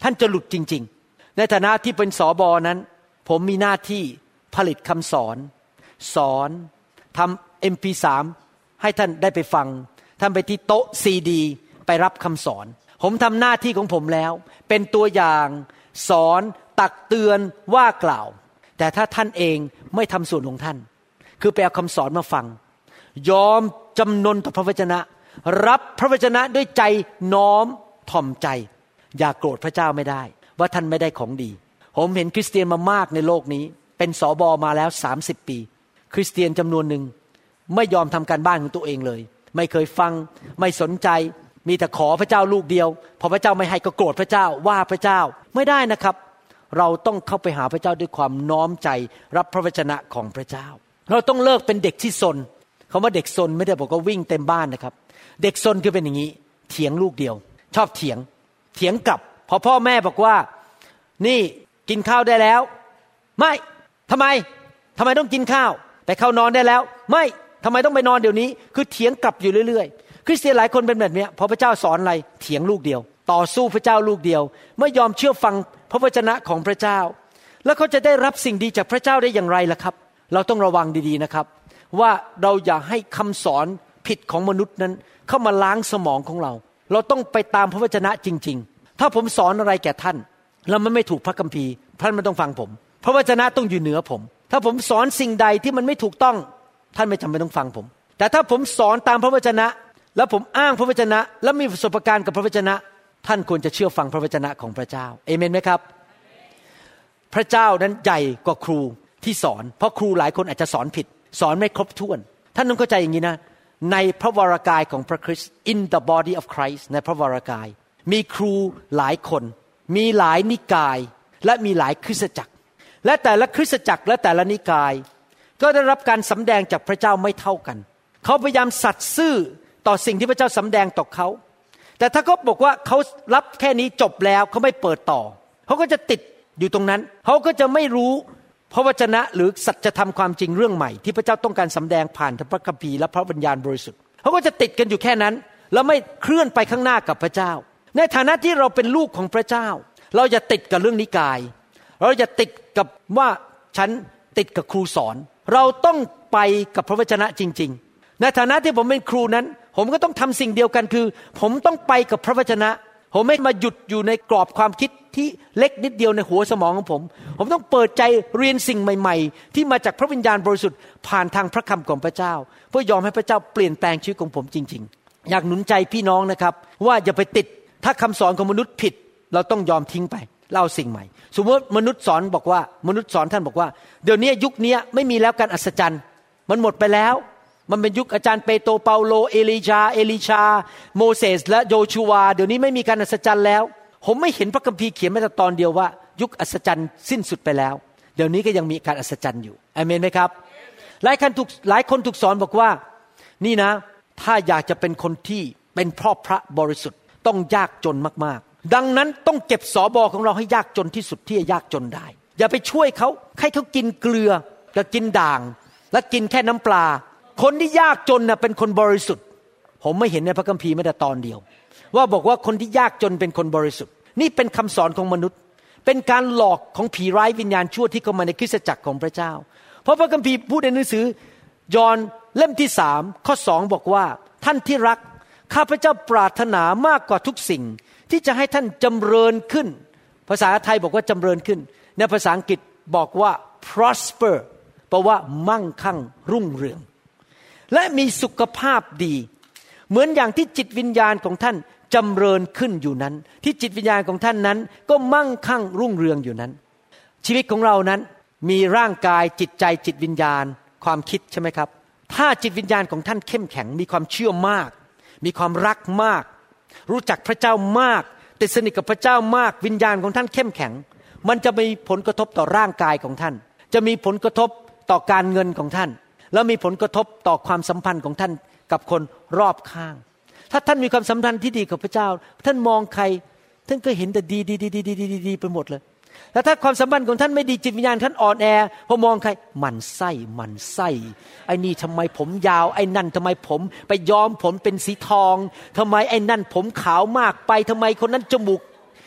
ท่านจะหลุดจริงๆในฐานะที่เป็นสบนั้นผมมีหน้าที่ผลิตคำสอนสอนทำ เอ็ม พี สาม ให้ท่านได้ไปฟังท่านไปที่โต๊ะซีดีไปรับคำสอนผมทำหน้าที่ของผมแล้วเป็นตัวอย่างสอนตักเตือนว่ากล่าวแต่ถ้าท่านเองไม่ทำส่วนของท่านคือไปเอาคำสอนมาฟังยอมจำนนต่อพระวจนะรับพระวจนะด้วยใจน้อมถ่อมใจอย่าโกรธพระเจ้าไม่ได้ว่าท่านไม่ได้ของดีผมเห็นคริสเตียนมามากในโลกนี้เป็นสบมาแล้วสามสิบปีคริสเตียนจำนวนหนึ่งไม่ยอมทำการบ้านของตัวเองเลยไม่เคยฟังไม่สนใจมีแต่ขอพระเจ้าลูกเดียวพอพระเจ้าไม่ให้ก็โกรธพระเจ้าว่าพระเจ้าไม่ได้นะครับเราต้องเข้าไปหาพระเจ้าด้วยความน้อมใจรับพระวจนะของพระเจ้าเราต้องเลิกเป็นเด็กที่ซนคำว่าเด็กซนไม่ได้บอกว่าวิ่งเต็มบ้านนะครับเด็กซนคือเป็นอย่างนี้เถียงลูกเดียวชอบเถียงเถียงกลับพอพ่อแม่บอกว่านี่กินข้าวได้แล้วไม่ทำไมทำไมต้องกินข้าวไปเข้านอนได้แล้วไม่ทำไมต้องไปนอนเดี๋ยวนี้คือเถียงกลับอยู่เรื่อยๆคริสเตียนหลายคนเป็นแบบนี้พอพระเจ้าสอนอะไรเถียงลูกเดียวต่อสู้พระเจ้าลูกเดียวไม่ยอมเชื่อฟังพระวจนะของพระเจ้าแล้วเขาจะได้รับสิ่งดีจากพระเจ้าได้อย่างไรล่ะครับเราต้องระวังดีๆนะครับว่าเราอย่าให้คำสอนผิดของมนุษย์นั้นเข้ามาล้างสมองของเราเราต้องไปตามพระวจนะจริงๆถ้าผมสอนอะไรแก่ท่านแล้วมันไม่ถูกพระคัมภีร์ท่านไม่ต้องฟังผมพระวจนะต้องอยู่เหนือผมถ้าผมสอนสิ่งใดที่มันไม่ถูกต้องท่านไม่จำเป็นต้องฟังผมแต่ถ้าผมสอนตามพระวจนะแล้วผมอ้างพระวจนะและมีประสบการณ์กับพระวจนะท่านควรจะเชื่อฟังพระวจนะของพระเจ้าเอเมนไหมครับพระเจ้านั้นใหญ่กว่าครูที่สอนเพราะครูหลายคนอาจจะสอนผิดสอนไม่ครบถ้วนท่านต้องเข้าใจอย่างนี้นะในพระวรากายของพระคริสต์ in the body of Christ ในพระวรากายมีครูหลายคนมีหลายนิกายและมีหลายคริสตจักรและแต่ละคริสตจักรและแต่ละนิกายก็ได้รับการสำแดงจากพระเจ้าไม่เท่ากันเขาพยายามสัตย์ซื่อต่อสิ่งที่พระเจ้าสำแดงต่อเขาแต่ถ้าเขาบอกว่าเขารับแค่นี้จบแล้วเขาไม่เปิดต่อเขาก็จะติดอยู่ตรงนั้นเขาก็จะไม่รู้พระวจนะหรือสัจธรรมความจริงเรื่องใหม่ที่พระเจ้าต้องการสำแดงผ่านพระคัมภีร์และพระวิญญาณบริสุทธิ์เขาก็จะติดกันอยู่แค่นั้นแล้วไม่เคลื่อนไปข้างหน้ากับพระเจ้าในฐานะที่เราเป็นลูกของพระเจ้าเราอย่าติดกับเรื่องนิกายเราอย่าติดกับว่าฉันติดกับครูสอนเราต้องไปกับพระวจนะจริงๆในฐานะที่ผมเป็นครูนั้นผมก็ต้องทำสิ่งเดียวกันคือผมต้องไปกับพระวจนะผมไม่มาหยุดอยู่ในกรอบความคิดที่เล็กนิดเดียวในหัวสมองของผมผมต้องเปิดใจเรียนสิ่งใหม่ๆที่มาจากพระวิญญาณบริสุทธิ์ผ่านทางพระคำของพระเจ้าเพื่อยอมให้พระเจ้าเปลี่ยนแปลงชีวิตของผมจริงๆอยากหนุนใจพี่น้องนะครับว่าอย่าไปติดถ้าคำสอนของมนุษย์ผิดเราต้องยอมทิ้งไปเล่าสิ่งใหม่สมมติมนุษย์สอนบอกว่ามนุษย์สอนท่านบอกว่าเดี๋ยวนี้ยุคนี้ไม่มีแล้วการอัศจรรย์มันหมดไปแล้วมันเป็นยุคอาจารย์เปโตรเปาโลเอลียาเอลิชาโมเสสและโยชูวาเดี๋ยวนี้ไม่มีการอัศจรรย์แล้วผมไม่เห็นพระคัมภีร์เขียนแม้แต่ตอนเดียวว่ายุคอัศจรรย์สิ้นสุดไปแล้วเดี๋ยวนี้ก็ยังมีการอัศจรรย์อยู่อาเมนไหมครับหลายคนถูกหลายคนถูกสอนบอกว่านี่นะถ้าอยากจะเป็นคนที่เป็นพ่อพระบริสุทธิ์ต้องยากจนมากๆดังนั้นต้องเก็บสบของเราให้ยากจนที่สุดที่จะยากจนได้อย่าไปช่วยเขาให้เขากินเกลือกับกินด่างและกินแค่น้ำปลาคนที่ยากจนน่ะเป็นคนบริสุทธิ์ผมไม่เห็นในพระคัมภีร์แม้แต่ตอนเดียวว่าบอกว่าคนที่ยากจนเป็นคนบริสุทธิ์นี่เป็นคำสอนของมนุษย์เป็นการหลอกของผีร้ายวิญญาณชั่วที่เข้ามาในคริสตจักรของพระเจ้าเพราะพระคัมภีร์พูดในหนังสือยอห์นเล่มที่สามข้อสองบอกว่าท่านที่รักข้าพเจ้าปรารถนามากกว่าทุกสิ่งที่จะให้ท่านจำเริญขึ้นภาษาไทยบอกว่าจำเริญขึ้นในภาษาอังกฤษบอกว่า prosper แปลว่ามั่งคั่งรุ่งเรืองและมีสุขภาพดีเหมือนอย่างที่จิตวิญญาณของท่านจำเริญขึ้นอยู่นั้นที่จิตวิญญาณของท่านนั้นก็มั่งคั่งรุ่งเรืองอยู่นั้นชีวิตของเรานั้นมีร่างกายจิตใจจิตวิญญาณความคิดใช่ไหมครับถ้าจิตวิญญาณของท่านเข้มแข็งมีความเชื่อมากมีความรักมากรู้จักพระเจ้ามากติดสนิทกับพระเจ้ามากวิญญาณของท่านเข้มแข็งมันจะมีผลกระทบต่อร่างกายของท่านจะมีผลกระทบต่อการเงินของท่านแล้วมีผลกระทบต่อความสัมพันธ์ของท่านกับคนรอบข้างถ้าท่านมีความสัมพันธ์ที่ดีกับพระเจ้าท่านมองใครท่านก็เห็นแต่ดีดีดีดีดีดีไปหมดเลยแล้วถ้าความสัมพันธ์ของท่านไม่ดีจิตวิญญาณท่านอ่อนแอพอมองใครหมั่นไส้หมั่นไส้ไอ้นี่ทำไมผมยาวไอ้นั่นทำไมผมไปย้อมผมเป็นสีทองทำไมไอ้นั่นผมขาวมากไปทำไมคนนั้นจมูก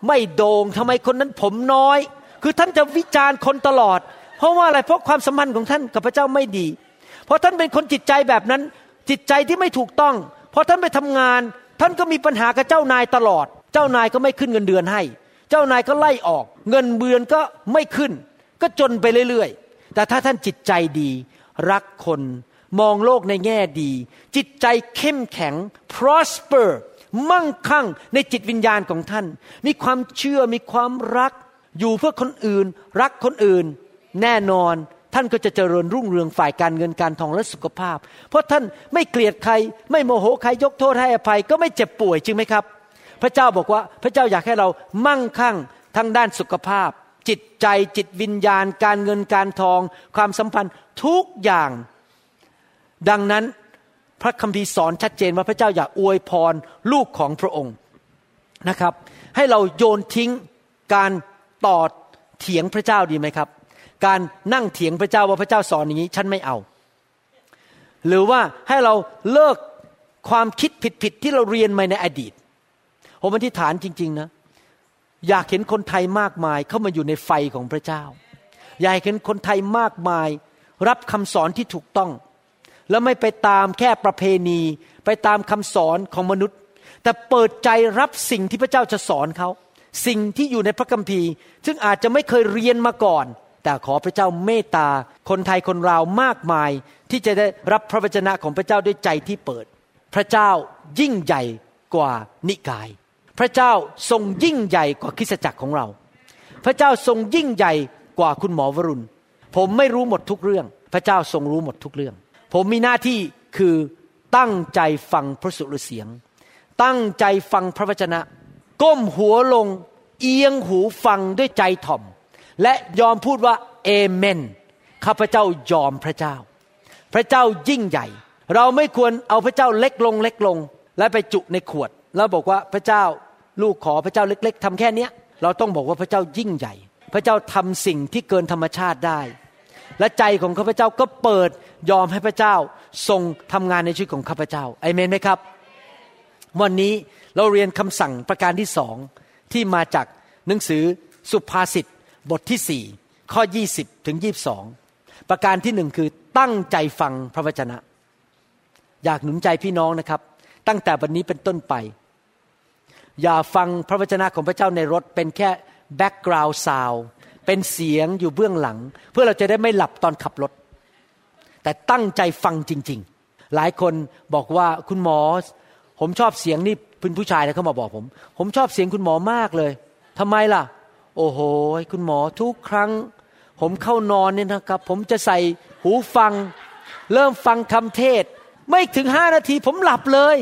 ไม่โด่งทำไมคนนั้นผมน้อยคือท่านจะวิจารณ์คนตลอดเพราะว่าอะไรเพราะความสัมพันธ์ของท่านกับพระเจ้าไม่ดีเพราะท่านเป็นคนจิตใจแบบนั้นจิตใจที่ไม่ถูกต้องพอท่านไปทำงานท่านก็มีปัญหากับเจ้านายตลอดเจ้านายก็ไม่ขึ้นเงินเดือนให้เจ้านายก็ไล่ออกเงินเดือนก็ไม่ขึ้นก็จนไปเรื่อยๆแต่ถ้าท่านจิตใจดีรักคนมองโลกในแง่ดีจิตใจเข้มแข็ง prosper มั่งคั่งในจิตวิญญาณของท่านมีความเชื่อมีความรักอยู่เพื่อคนอื่นรักคนอื่นแน่นอนท่านก็จะเจริญรุ่งเรืองฝ่ายการเงินการทองและสุขภาพเพราะท่านไม่เกลียดใครไม่โมโหใครยกโทษให้อภัยก็ไม่เจ็บป่วยจริงไหมครับพระเจ้าบอกว่าพระเจ้าอยากให้เรามั่งคั่งทั้งด้านสุขภาพจิตใจจิตวิญญาณการเงินการทองความสัมพันธ์ทุกอย่างดังนั้นพระคัมภีร์สอนชัดเจนว่าพระเจ้าอยากอวยพรลูกของพระองค์นะครับให้เราโยนทิ้งการต่อเถียงพระเจ้าดีไหมครับการนั่งเถียงพระเจ้าว่าพระเจ้าสอนอย่างนี้ฉันไม่เอาหรือว่าให้เราเลิกความคิดผิดๆที่เราเรียนมาในอดีตผมอธิษฐานจริงๆนะอยากเห็นคนไทยมากมายเข้ามาอยู่ในไฟของพระเจ้าอยากเห็นคนไทยมากมายรับคำสอนที่ถูกต้องแล้วไม่ไปตามแค่ประเพณีไปตามคำสอนของมนุษย์แต่เปิดใจรับสิ่งที่พระเจ้าจะสอนเขาสิ่งที่อยู่ในพระคัมภีร์ซึ่งอาจจะไม่เคยเรียนมาก่อนแต่ขอพระเจ้าเมตตาคนไทยคนลาวมากมายที่จะได้รับพระวจนะของพระเจ้าด้วยใจที่เปิดพระเจ้ายิ่งใหญ่กว่านิกายพระเจ้าทรงยิ่งใหญ่กว่าคริสตจักรของเราพระเจ้าทรงยิ่งใหญ่กว่าคุณหมอวรุณผมไม่รู้หมดทุกเรื่องพระเจ้าทรงรู้หมดทุกเรื่องผมมีหน้าที่คือตั้งใจฟังพระสุรเสียงตั้งใจฟังพระวจนะก้มหัวลงเอียงหูฟังด้วยใจถ่อมและยอมพูดว่าเอเมนข้าพเจ้ายอมพระเจ้าพระเจ้ายิ่งใหญ่เราไม่ควรเอาพระเจ้าเล็กลงเล็กลงและไปจุในขวดแล้วบอกว่าพระเจ้าลูกขอพระเจ้าเล็กๆทำแค่เนี้ยเราต้องบอกว่าพระเจ้ายิ่งใหญ่พระเจ้าทำสิ่งที่เกินธรรมชาติได้และใจของข้าพเจ้าก็เปิดยอมให้พระเจ้าทรงทำงานในชีวิตของข้าพเจ้าอาเมนไหมครับวันนี้เราเรียนคำสั่งประการที่สองที่มาจากหนังสือสุภาษิตบทที่สี่ข้อยี่สิบถึงยี่สิบสองประการที่หนึ่งคือตั้งใจฟังพระวจนะอยากหนุนใจพี่น้องนะครับตั้งแต่วันนี้เป็นต้นไปอย่าฟังพระวจนะของพระเจ้าในรถเป็นแค่แบ็กกราวด์ซาวด์เป็นเสียงอยู่เบื้องหลังเพื่อเราจะได้ไม่หลับตอนขับรถแต่ตั้งใจฟังจริงๆหลายคนบอกว่าคุณหมอผมชอบเสียงนี่เป็นผู้ชายนะเขามาบอกผมผมชอบเสียงคุณหมอมากเลยทำไมล่ะโอ้โหคุณหมอทุกครั้งผมเข้านอนเนี่ยนะครับผมจะใส่หูฟังเริ่มฟังคำเทศไม่ถึงห้านาทีผมหลับเลย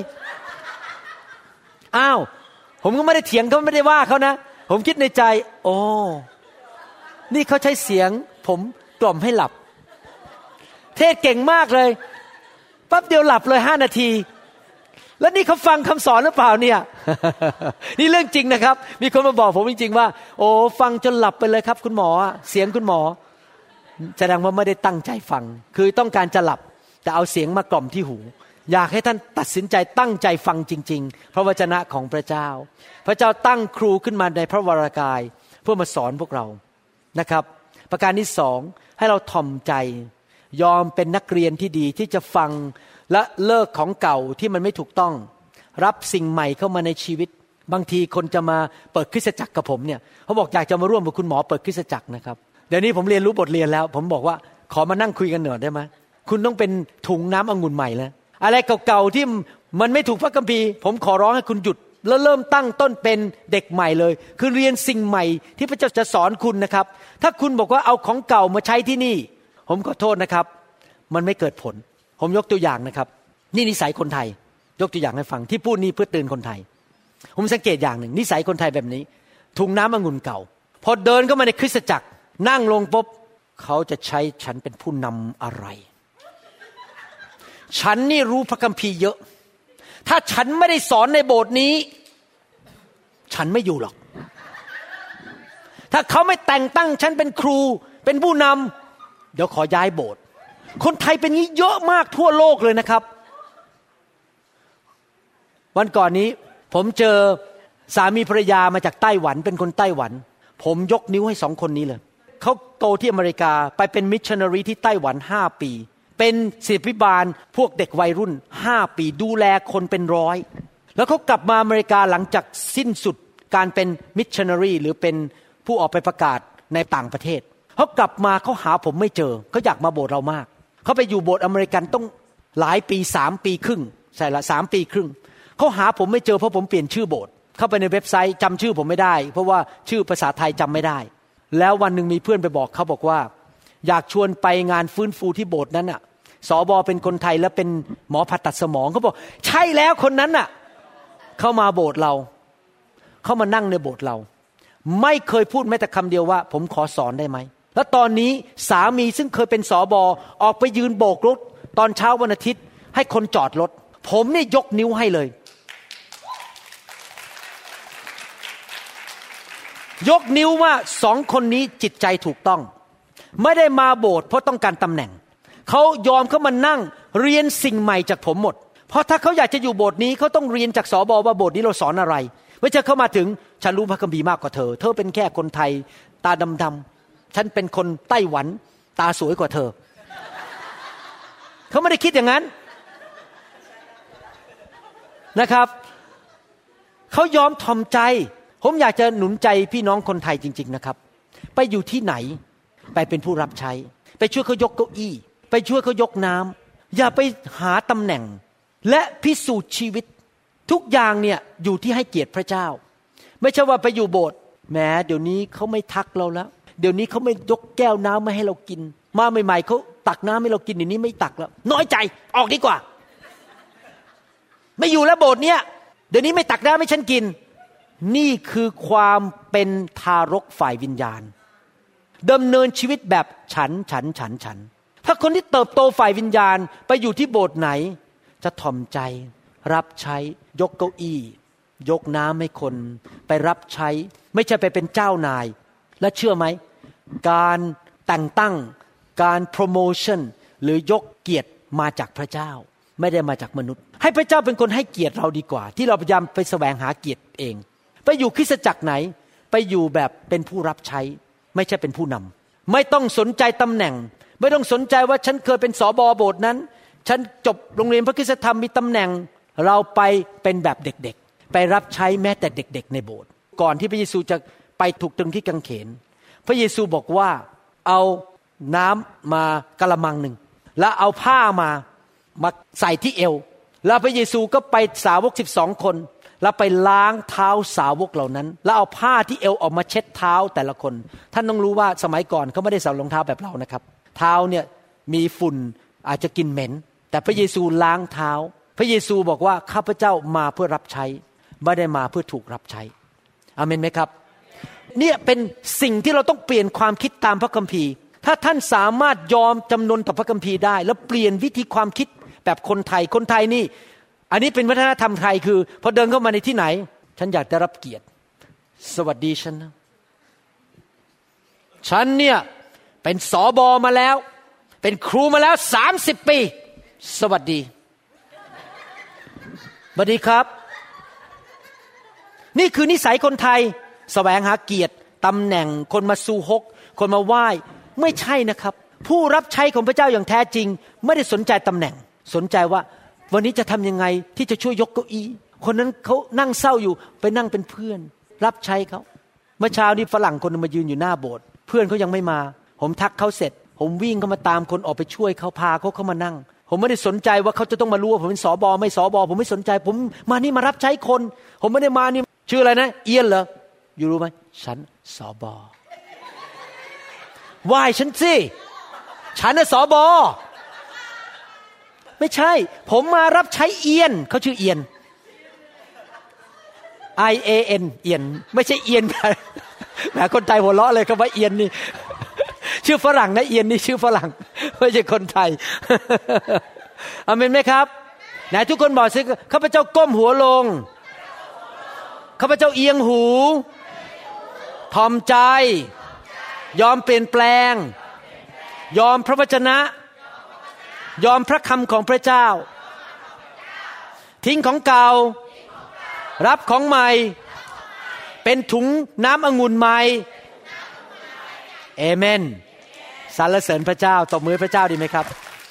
อ้าวผมก็ไม่ได้เถียงเขาไม่ได้ว่าเขานะผมคิดในใจโอ้นี่เขาใช้เสียงผมกล่อมให้หลับเทศเก่งมากเลยแป๊บเดียวหลับเลยห้านาทีแล้วนี่เขาฟังคำสอนหรือเปล่าเนี่ย นี่เรื่องจริงนะครับมีคนมาบอกผมจริงๆว่าโอ้ฟังจนหลับไปเลยครับคุณหมอเสียงคุณหมอแสดงว่าไม่ได้ตั้งใจฟังคือต้องการจะหลับแต่เอาเสียงมากล่อมที่หูอยากให้ท่านตัดสินใจตั้งใจฟังจริงๆพระวจนะของพระเจ้าพระเจ้าตั้งครูขึ้นมาในพระวรากายเพื่อมาสอนพวกเรานะครับประการที่สองให้เราถ่อมใจยอมเป็นนักเรียนที่ดีที่จะฟังและเลิกของเก่าที่มันไม่ถูกต้องรับสิ่งใหม่เข้ามาในชีวิตบางทีคนจะมาเปิดคริสตจักรกับผมเนี่ยเขาบอกอยากจะมาร่วมกับคุณหมอเปิดคริสตจักรนะครับเดี๋ยวนี้ผมเรียนรู้บทเรียนแล้วผมบอกว่าขอมานั่งคุยกันหน่อยได้ไหมคุณต้องเป็นถุงน้ำองุ่นใหม่แล้วอะไรเก่าๆที่มันไม่ถูกพระคัมภีร์ผมขอร้องให้คุณหยุดแล้วเริ่มตั้งต้นเป็นเด็กใหม่เลยคือเรียนสิ่งใหม่ที่พระเจ้าจะสอนคุณนะครับถ้าคุณบอกว่าเอาของเก่ามาใช้ที่นี่ผมขอโทษนะครับมันไม่เกิดผลผมยกตัวอย่างนะครับนี่นิสัยคนไทยยกตัวอย่างให้ฟังที่พูดนี่เพื่อเตือนคนไทยผมสังเกตอย่างหนึ่งนิสัยคนไทยแบบนี้ถุงน้ำองุ่นเก่าพอเดินเข้ามาในคริสตจักรนั่งลงปุ๊บเขาจะใช้ฉันเป็นผู้นำอะไรฉันนี่รู้พระคัมภีร์เยอะถ้าฉันไม่ได้สอนในโบสถ์นี้ฉันไม่อยู่หรอกถ้าเขาไม่แต่งตั้งฉันเป็นครูเป็นผู้นำเดี๋ยวขอย้ายโบสถ์คนไทยเป็นงี้เยอะมากทั่วโลกเลยนะครับวันก่อนนี้ผมเจอสามีภรรยามาจากไต้หวันเป็นคนไต้หวันผมยกนิ้วให้สองคนนี้เลยเขาโตที่อเมริกาไปเป็นมิชชันนารีที่ไต้หวันห้าปีเป็นศิษยาภิบาลพวกเด็กวัยรุ่นห้าปีดูแลคนเป็นร้อยแล้วเขากลับมาอเมริกาหลังจากสิ้นสุดการเป็นมิชชันนารีหรือเป็นผู้ออกไปประกาศในต่างประเทศเขากลับมาเขาหาผมไม่เจอเขาอยากมาโบสถ์เรามากเขาไปอยู่โบสถ์อเมริกันต้องหลายปีสามปีครึ่งใช่ละสามปีครึ่งเขาหาผมไม่เจอเพราะผมเปลี่ยนชื่อโบสถ์เข้าไปในเว็บไซต์จำชื่อผมไม่ได้เพราะว่าชื่อภาษาไทยจำไม่ได้แล้ววันหนึ่งมีเพื่อนไปบอกเขาบอกว่าอยากชวนไปงานฟื้นฟูที่โบสถ์นั้นน่ะสบเป็นคนไทยและเป็นหมอผ่าตัดสมองเขาบอกใช่แล้วคนนั้นน่ะเข้ามาโบสถ์เราเข้ามานั่งในโบสถ์เราไม่เคยพูดแม้แต่คำเดียวว่าผมขอสอนได้ไหมแล้วตอนนี้สามีซึ่งเคยเป็นสบออกไปยืนโบกรถตอนเช้าวันอาทิตย์ให้คนจอดรถผมนี่ยกนิ้วให้เลยยกนิ้วว่าสองคนนี้จิตใจถูกต้องไม่ได้มาโบสถ์เพราะต้องการตำแหน่งเขายอมเข้ามานั่งเรียนสิ่งใหม่จากผมหมดเพราะถ้าเขาอยากจะอยู่โบสถ์นี้เขาต้องเรียนจากสบว่าโบสถ์นี้เราสอนอะไรไม่ใช่เข้ามาถึงฉันรู้พระคัมภีร์มากกว่าเธอเธอเป็นแค่คนไทยตาดำๆฉันเป็นคนไต้หวันตาสวยกว่าเธอเขาไม่ได้คิดอย่างนั้นนะครับเขายอมถ่อมใจผมอยากจะหนุนใจพี่น้องคนไทยจริงๆนะครับไปอยู่ที่ไหนไปเป็นผู้รับใช้ไปช่วยเขายกเก้าอี้ไปช่วยเขายกน้ำอย่าไปหาตำแหน่งและพิสูจน์ชีวิตทุกอย่างเนี่ยอยู่ที่ให้เกียรติพระเจ้าไม่ใช่ว่าไปอยู่โบสถ์แหมเดี๋ยวนี้เขาไม่ทักเราแล้วเดี๋ยวนี้เขาไม่ยกแก้วน้ำมาให้เรากินมาใหม่ๆเขาตักน้ำให้เรากินเดี๋ยวนี้ไม่ตักแล้วน้อยใจออกดีกว่าไม่อยู่แล้วโบสถ์เนี้ยเดี๋ยวนี้ไม่ตักน้ำให้ฉันกินนี่คือความเป็นทารกฝ่ายวิญญาณดำเนินชีวิตแบบฉันฉันฉันฉันถ้าคนที่เติบโตฝ่ายวิญญาณไปอยู่ที่โบสถ์ไหนจะถ่อมใจรับใช้ยกเก้าอี้ยกน้ำให้คนไปรับใช้ไม่ใช่ไปเป็นเจ้านายและเชื่อไหมการแต่งตั้งการโปรโมชั่นหรือยกเกียรติมาจากพระเจ้าไม่ได้มาจากมนุษย์ให้พระเจ้าเป็นคนให้เกียรติเราดีกว่าที่เราพยายามไปแสวงหาเกียรติเองไปอยู่คริสตจักรไหนไปอยู่แบบเป็นผู้รับใช้ไม่ใช่เป็นผู้นำไม่ต้องสนใจตำแหน่งไม่ต้องสนใจว่าฉันเคยเป็นสบโบสถ์นั้นฉันจบโรงเรียนพระคริสตธรรมมีตำแหน่งเราไปเป็นแบบเด็กๆไปรับใช้แม้แต่เด็กๆในโบสถ์ก่อนที่พระเยซูจะไปถูกตรึงที่กางเขนพระเยซูบอกว่าเอาน้ำมากะละมังหนึ่งแล้วเอาผ้ามามาใส่ที่เอวแล้วพระเยซูก็ไปสาวกสิบสองคนแล้วไปล้างเท้าสาวกเหล่านั้นแล้วเอาผ้าที่เอวออกมาเช็ดเท้าแต่ละคนท่านต้องรู้ว่าสมัยก่อนเขาไม่ได้ใส่รองเท้าแบบเรานะครับเท้าเนี่ยมีฝุ่นอาจจะกินเหม็นแต่พระเยซูล้างเท้าพระเยซูบอกว่าข้าพเจ้ามาเพื่อรับใช้ไม่ได้มาเพื่อถูกรับใช้อาเมนไหมครับเนี่ยเป็นสิ่งที่เราต้องเปลี่ยนความคิดตามพระคัมภีร์ถ้าท่านสามารถยอมจำนนต่อพระคัมภีร์ได้แล้วเปลี่ยนวิธีความคิดแบบคนไทยคนไทยนี่อันนี้เป็นวัฒนธรรมไทยคือพอเดินเข้ามาในที่ไหนฉันอยากได้รับเกียรติสวัสดีฉันนะฉันเนี่ยเป็นสบมาแล้วเป็นครูมาแล้วสามสิบปีสวัสดีสวัสดีครับนี่คือนิสัยคนไทยแสวงหาเกียรติตำแหน่งคนมาสู่ฮกคนมาไหว้ไม่ใช่นะครับผู้รับใช้ของพระเจ้าอย่างแท้จริงไม่ได้สนใจตำแหน่งสนใจว่าวันนี้จะทำยังไงที่จะช่วยยกเก้าอี้คนนั้นเขานั่งเศร้าอยู่ไปนั่งเป็นเพื่อนรับใช้เขาเมื่อเช้านี้ฝรั่งคนนึงมายืนอยู่หน้าโบสถ์เพื่อนเขายังไม่มาผมทักเขาเสร็จผมวิ่งเข้ามาตามคนออกไปช่วยเขาพาเขาเข้ามานั่งผมไม่ได้สนใจว่าเขาจะต้องมารู้ว่าผมเป็นสบไม่สบผมไม่สนใจผมมานี่มารับใช้คนผมไม่ได้มานี่ชื่ออะไรนะเอียนเหรออยู่รู้ไหมฉันสบไหว้ฉันสิฉันน่ะสบไม่ใช่ผมมารับใช้เอียนเขาชื่อเอียน I A N เอียนไม่ใช่เอียนแหมคนไทยหัวเราะเลยคำว่าเอียนนี่ชื่อฝรั่งนะเอียนนี่ชื่อฝรั่งไม่ใช่คนไทยอาเมนไหมครับไหนทุกคนบอกสิข้าพเจ้าก้มหัวลงข้าพเจ้าเอียงหูถ่อมใจยอมเปลี่ยนแปลงยอมพระวจนะยอมพระคำของพระเจ้าทิ้งของเก่ารับของใหม่เป็นถุงน้ำองุ่นใหม่เอเมนสรรเสริญพระเจ้าตบมือพระเจ้าดีไหมครับ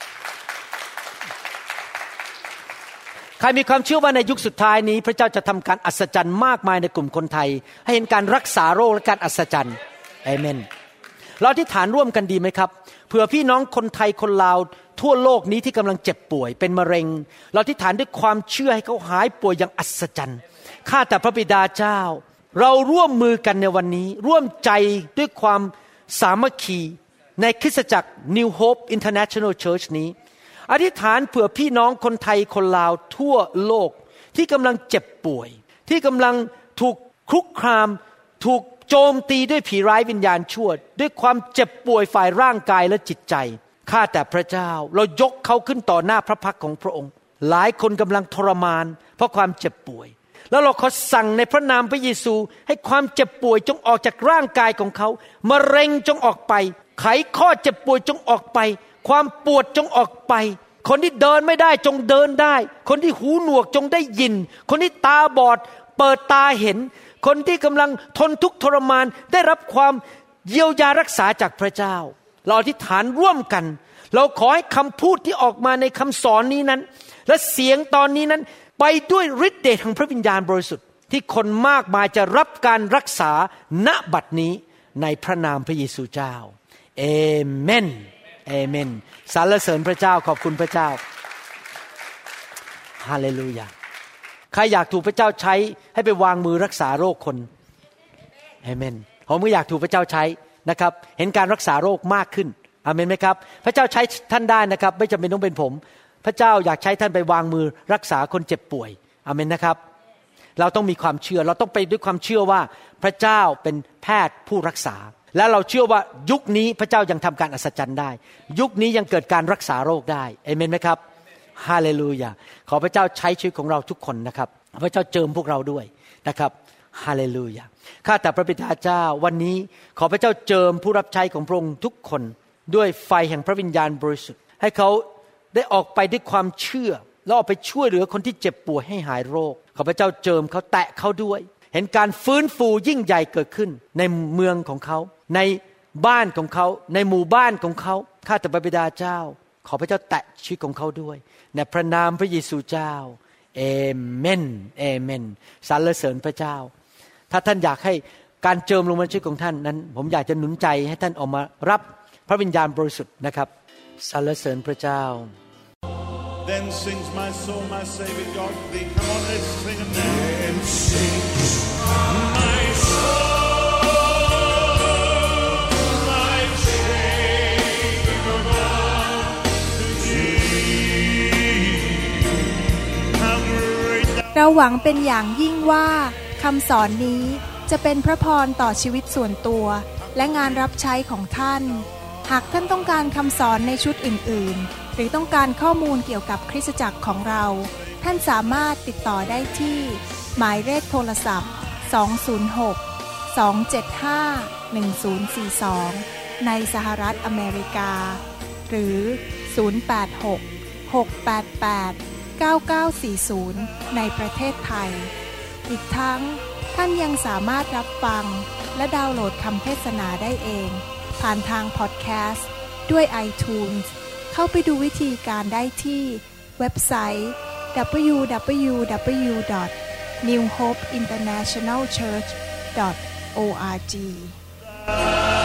ใครมีความเชื่อว่าในยุคสุดท้ายนี้พระเจ้าจะทำการอัศจรรย์มากมายในกลุ่มคนไทยให้เห็นการรักษาโรคและการอัศจรรย์เอเมนเราอธิษฐานร่วมกันดีไหมครับเผื่อพี่น้องคนไทยคนลาวทั่วโลกนี้ที่กำลังเจ็บป่วยเป็นมะเร็งเราอธิษฐานด้วยความเชื่อให้เขาหายป่วยอย่างอัศจรรย์ข้าแต่พระบิดาเจ้าเราร่วมมือกันในวันนี้ร่วมใจด้วยความสามัคคีในคริสตจักร New Hope International Church นี้อธิษฐานเผื่อพี่น้องคนไทยคนลาวทั่วโลกที่กำลังเจ็บป่วยที่กำลังถูกคุกคามถูกโจมตีด้วยผีร้ายวิญญาณชั่วด้วยความเจ็บป่วยฝ่ายร่างกายและจิตใจข้าแต่พระเจ้าเรายกเขาขึ้นต่อหน้าพระพักของพระองค์หลายคนกำลังทรมานเพราะความเจ็บป่วยแล้วเราขอสั่งในพระนามพระเยซูให้ความเจ็บป่วยจงออกจากร่างกายของเขามะเร็งจงออกไปไขข้อเจ็บป่วยจงออกไปความปวดจงออกไปคนที่เดินไม่ได้จงเดินได้คนที่หูหนวกจงได้ยินคนที่ตาบอดเปิดตาเห็นคนที่กำลังทนทุกข์ทรมานได้รับความเยียวยารักษาจากพระเจ้าเราอธิษฐานร่วมกันเราขอให้คำพูดที่ออกมาในคำสอนนี้นั้นและเสียงตอนนี้นั้นไปด้วยฤทธิ์เดชของพระวิญญาณบริสุทธิ์ที่คนมากมายจะรับการรักษาณบัดนี้ในพระนามพระเยซูเจ้าเอเมนเอเมนสรรเสริญพระเจ้าขอบคุณพระเจ้าฮาเลลูยาใครอยากถูกพระเจ้าใช้ให้ไปวางมือรักษาโรคคนเอเมนผมก็อยากถูกพระเจ้าใช้นะครับเห็นการรักษาโรคมากขึ้นอาเมนไหมครับพระเจ้าใช้ท่านได้นะครับไม่จำเป็นต้องเป็นผมพระเจ้าอยากใช้ท่านไปวางมือรักษาคนเจ็บป่วยอาเมนนะครับเราต้องมีความเชื่อเราต้องไปด้วยความเชื่อว่าพระเจ้าเป็นแพทย์ผู้รักษาและเราเชื่อว่ายุคนี้พระเจ้ายังทำการอัศจรรย์ได้ยุคนี้ยังเกิดการรักษาโรคได้เอเมนไหมครับฮาเลลูยาขอพระเจ้าใช้ชีวิตของเราทุกคนนะครับพระเจ้าเจิมพวกเราด้วยนะครับฮาเลลูยาข้าแต่พระบิดาเจ้าวันนี้ขอพระเจ้าเจิมผู้รับใช้ของพระองค์ทุกคนด้วยไฟแห่งพระวิญญาณบริสุทธิ์ให้เขาได้ออกไปด้วยความเชื่อแล้วออกไปช่วยเหลือคนที่เจ็บป่วยให้หายโรคขอพระเจ้าเจิมเขาแตะเขาด้วยเห็นการฟื้นฟูยิ่งใหญ่เกิดขึ้นในเมืองของเขาในบ้านของเขาในหมู่บ้านของเขาข้าแต่พระบิดาเจ้าขอพระเจ้าแตะชีวิตของเขาด้วยในพระนามพระเยซูเจ้าเอเมนเอเมนสรรเสริญพระเจ้าถ้าท่านอยากให้การเจิมลงมาในชีวิตของท่านนั้นผมอยากจะหนุนใจให้ท่านออกมารับพระวิญญาณบริสุทธิ์นะครับสรรเสริญพระเจ้า Then sings my soul, my Savior God to thee. Come on, let's sing it now. Then sings my soul, my Savior God to thee. How great thou เราหวังเป็นอย่างยิ่งว่าคำสอนนี้จะเป็นพระพรต่อชีวิตส่วนตัวและงานรับใช้ของท่านหากท่านต้องการคำสอนในชุดอื่นๆหรือต้องการข้อมูลเกี่ยวกับคริสตจักรของเราท่านสามารถติดต่อได้ที่หมายเลขโทรศัพท์สอง ศูนย์ หก สอง เจ็ด ห้า หนึ่ง ศูนย์ สี่ สองในสหรัฐอเมริกาหรือศูนย์ แปด หก หก แปด แปด เก้า เก้า สี่ ศูนย์ในประเทศไทยอีกทั้งท่านยังสามารถรับฟังและดาวน์โหลดคำเทศนาได้เองผ่านทางพอดแคสต์ด้วย iTunes เข้าไปดูวิธีการได้ที่เว็บไซต์ ดับเบิลยู ดับเบิลยู ดับเบิลยู ดอท นิว โฮป อินเตอร์เนชั่นแนล เชิร์ช ดอท โอ อาร์ จี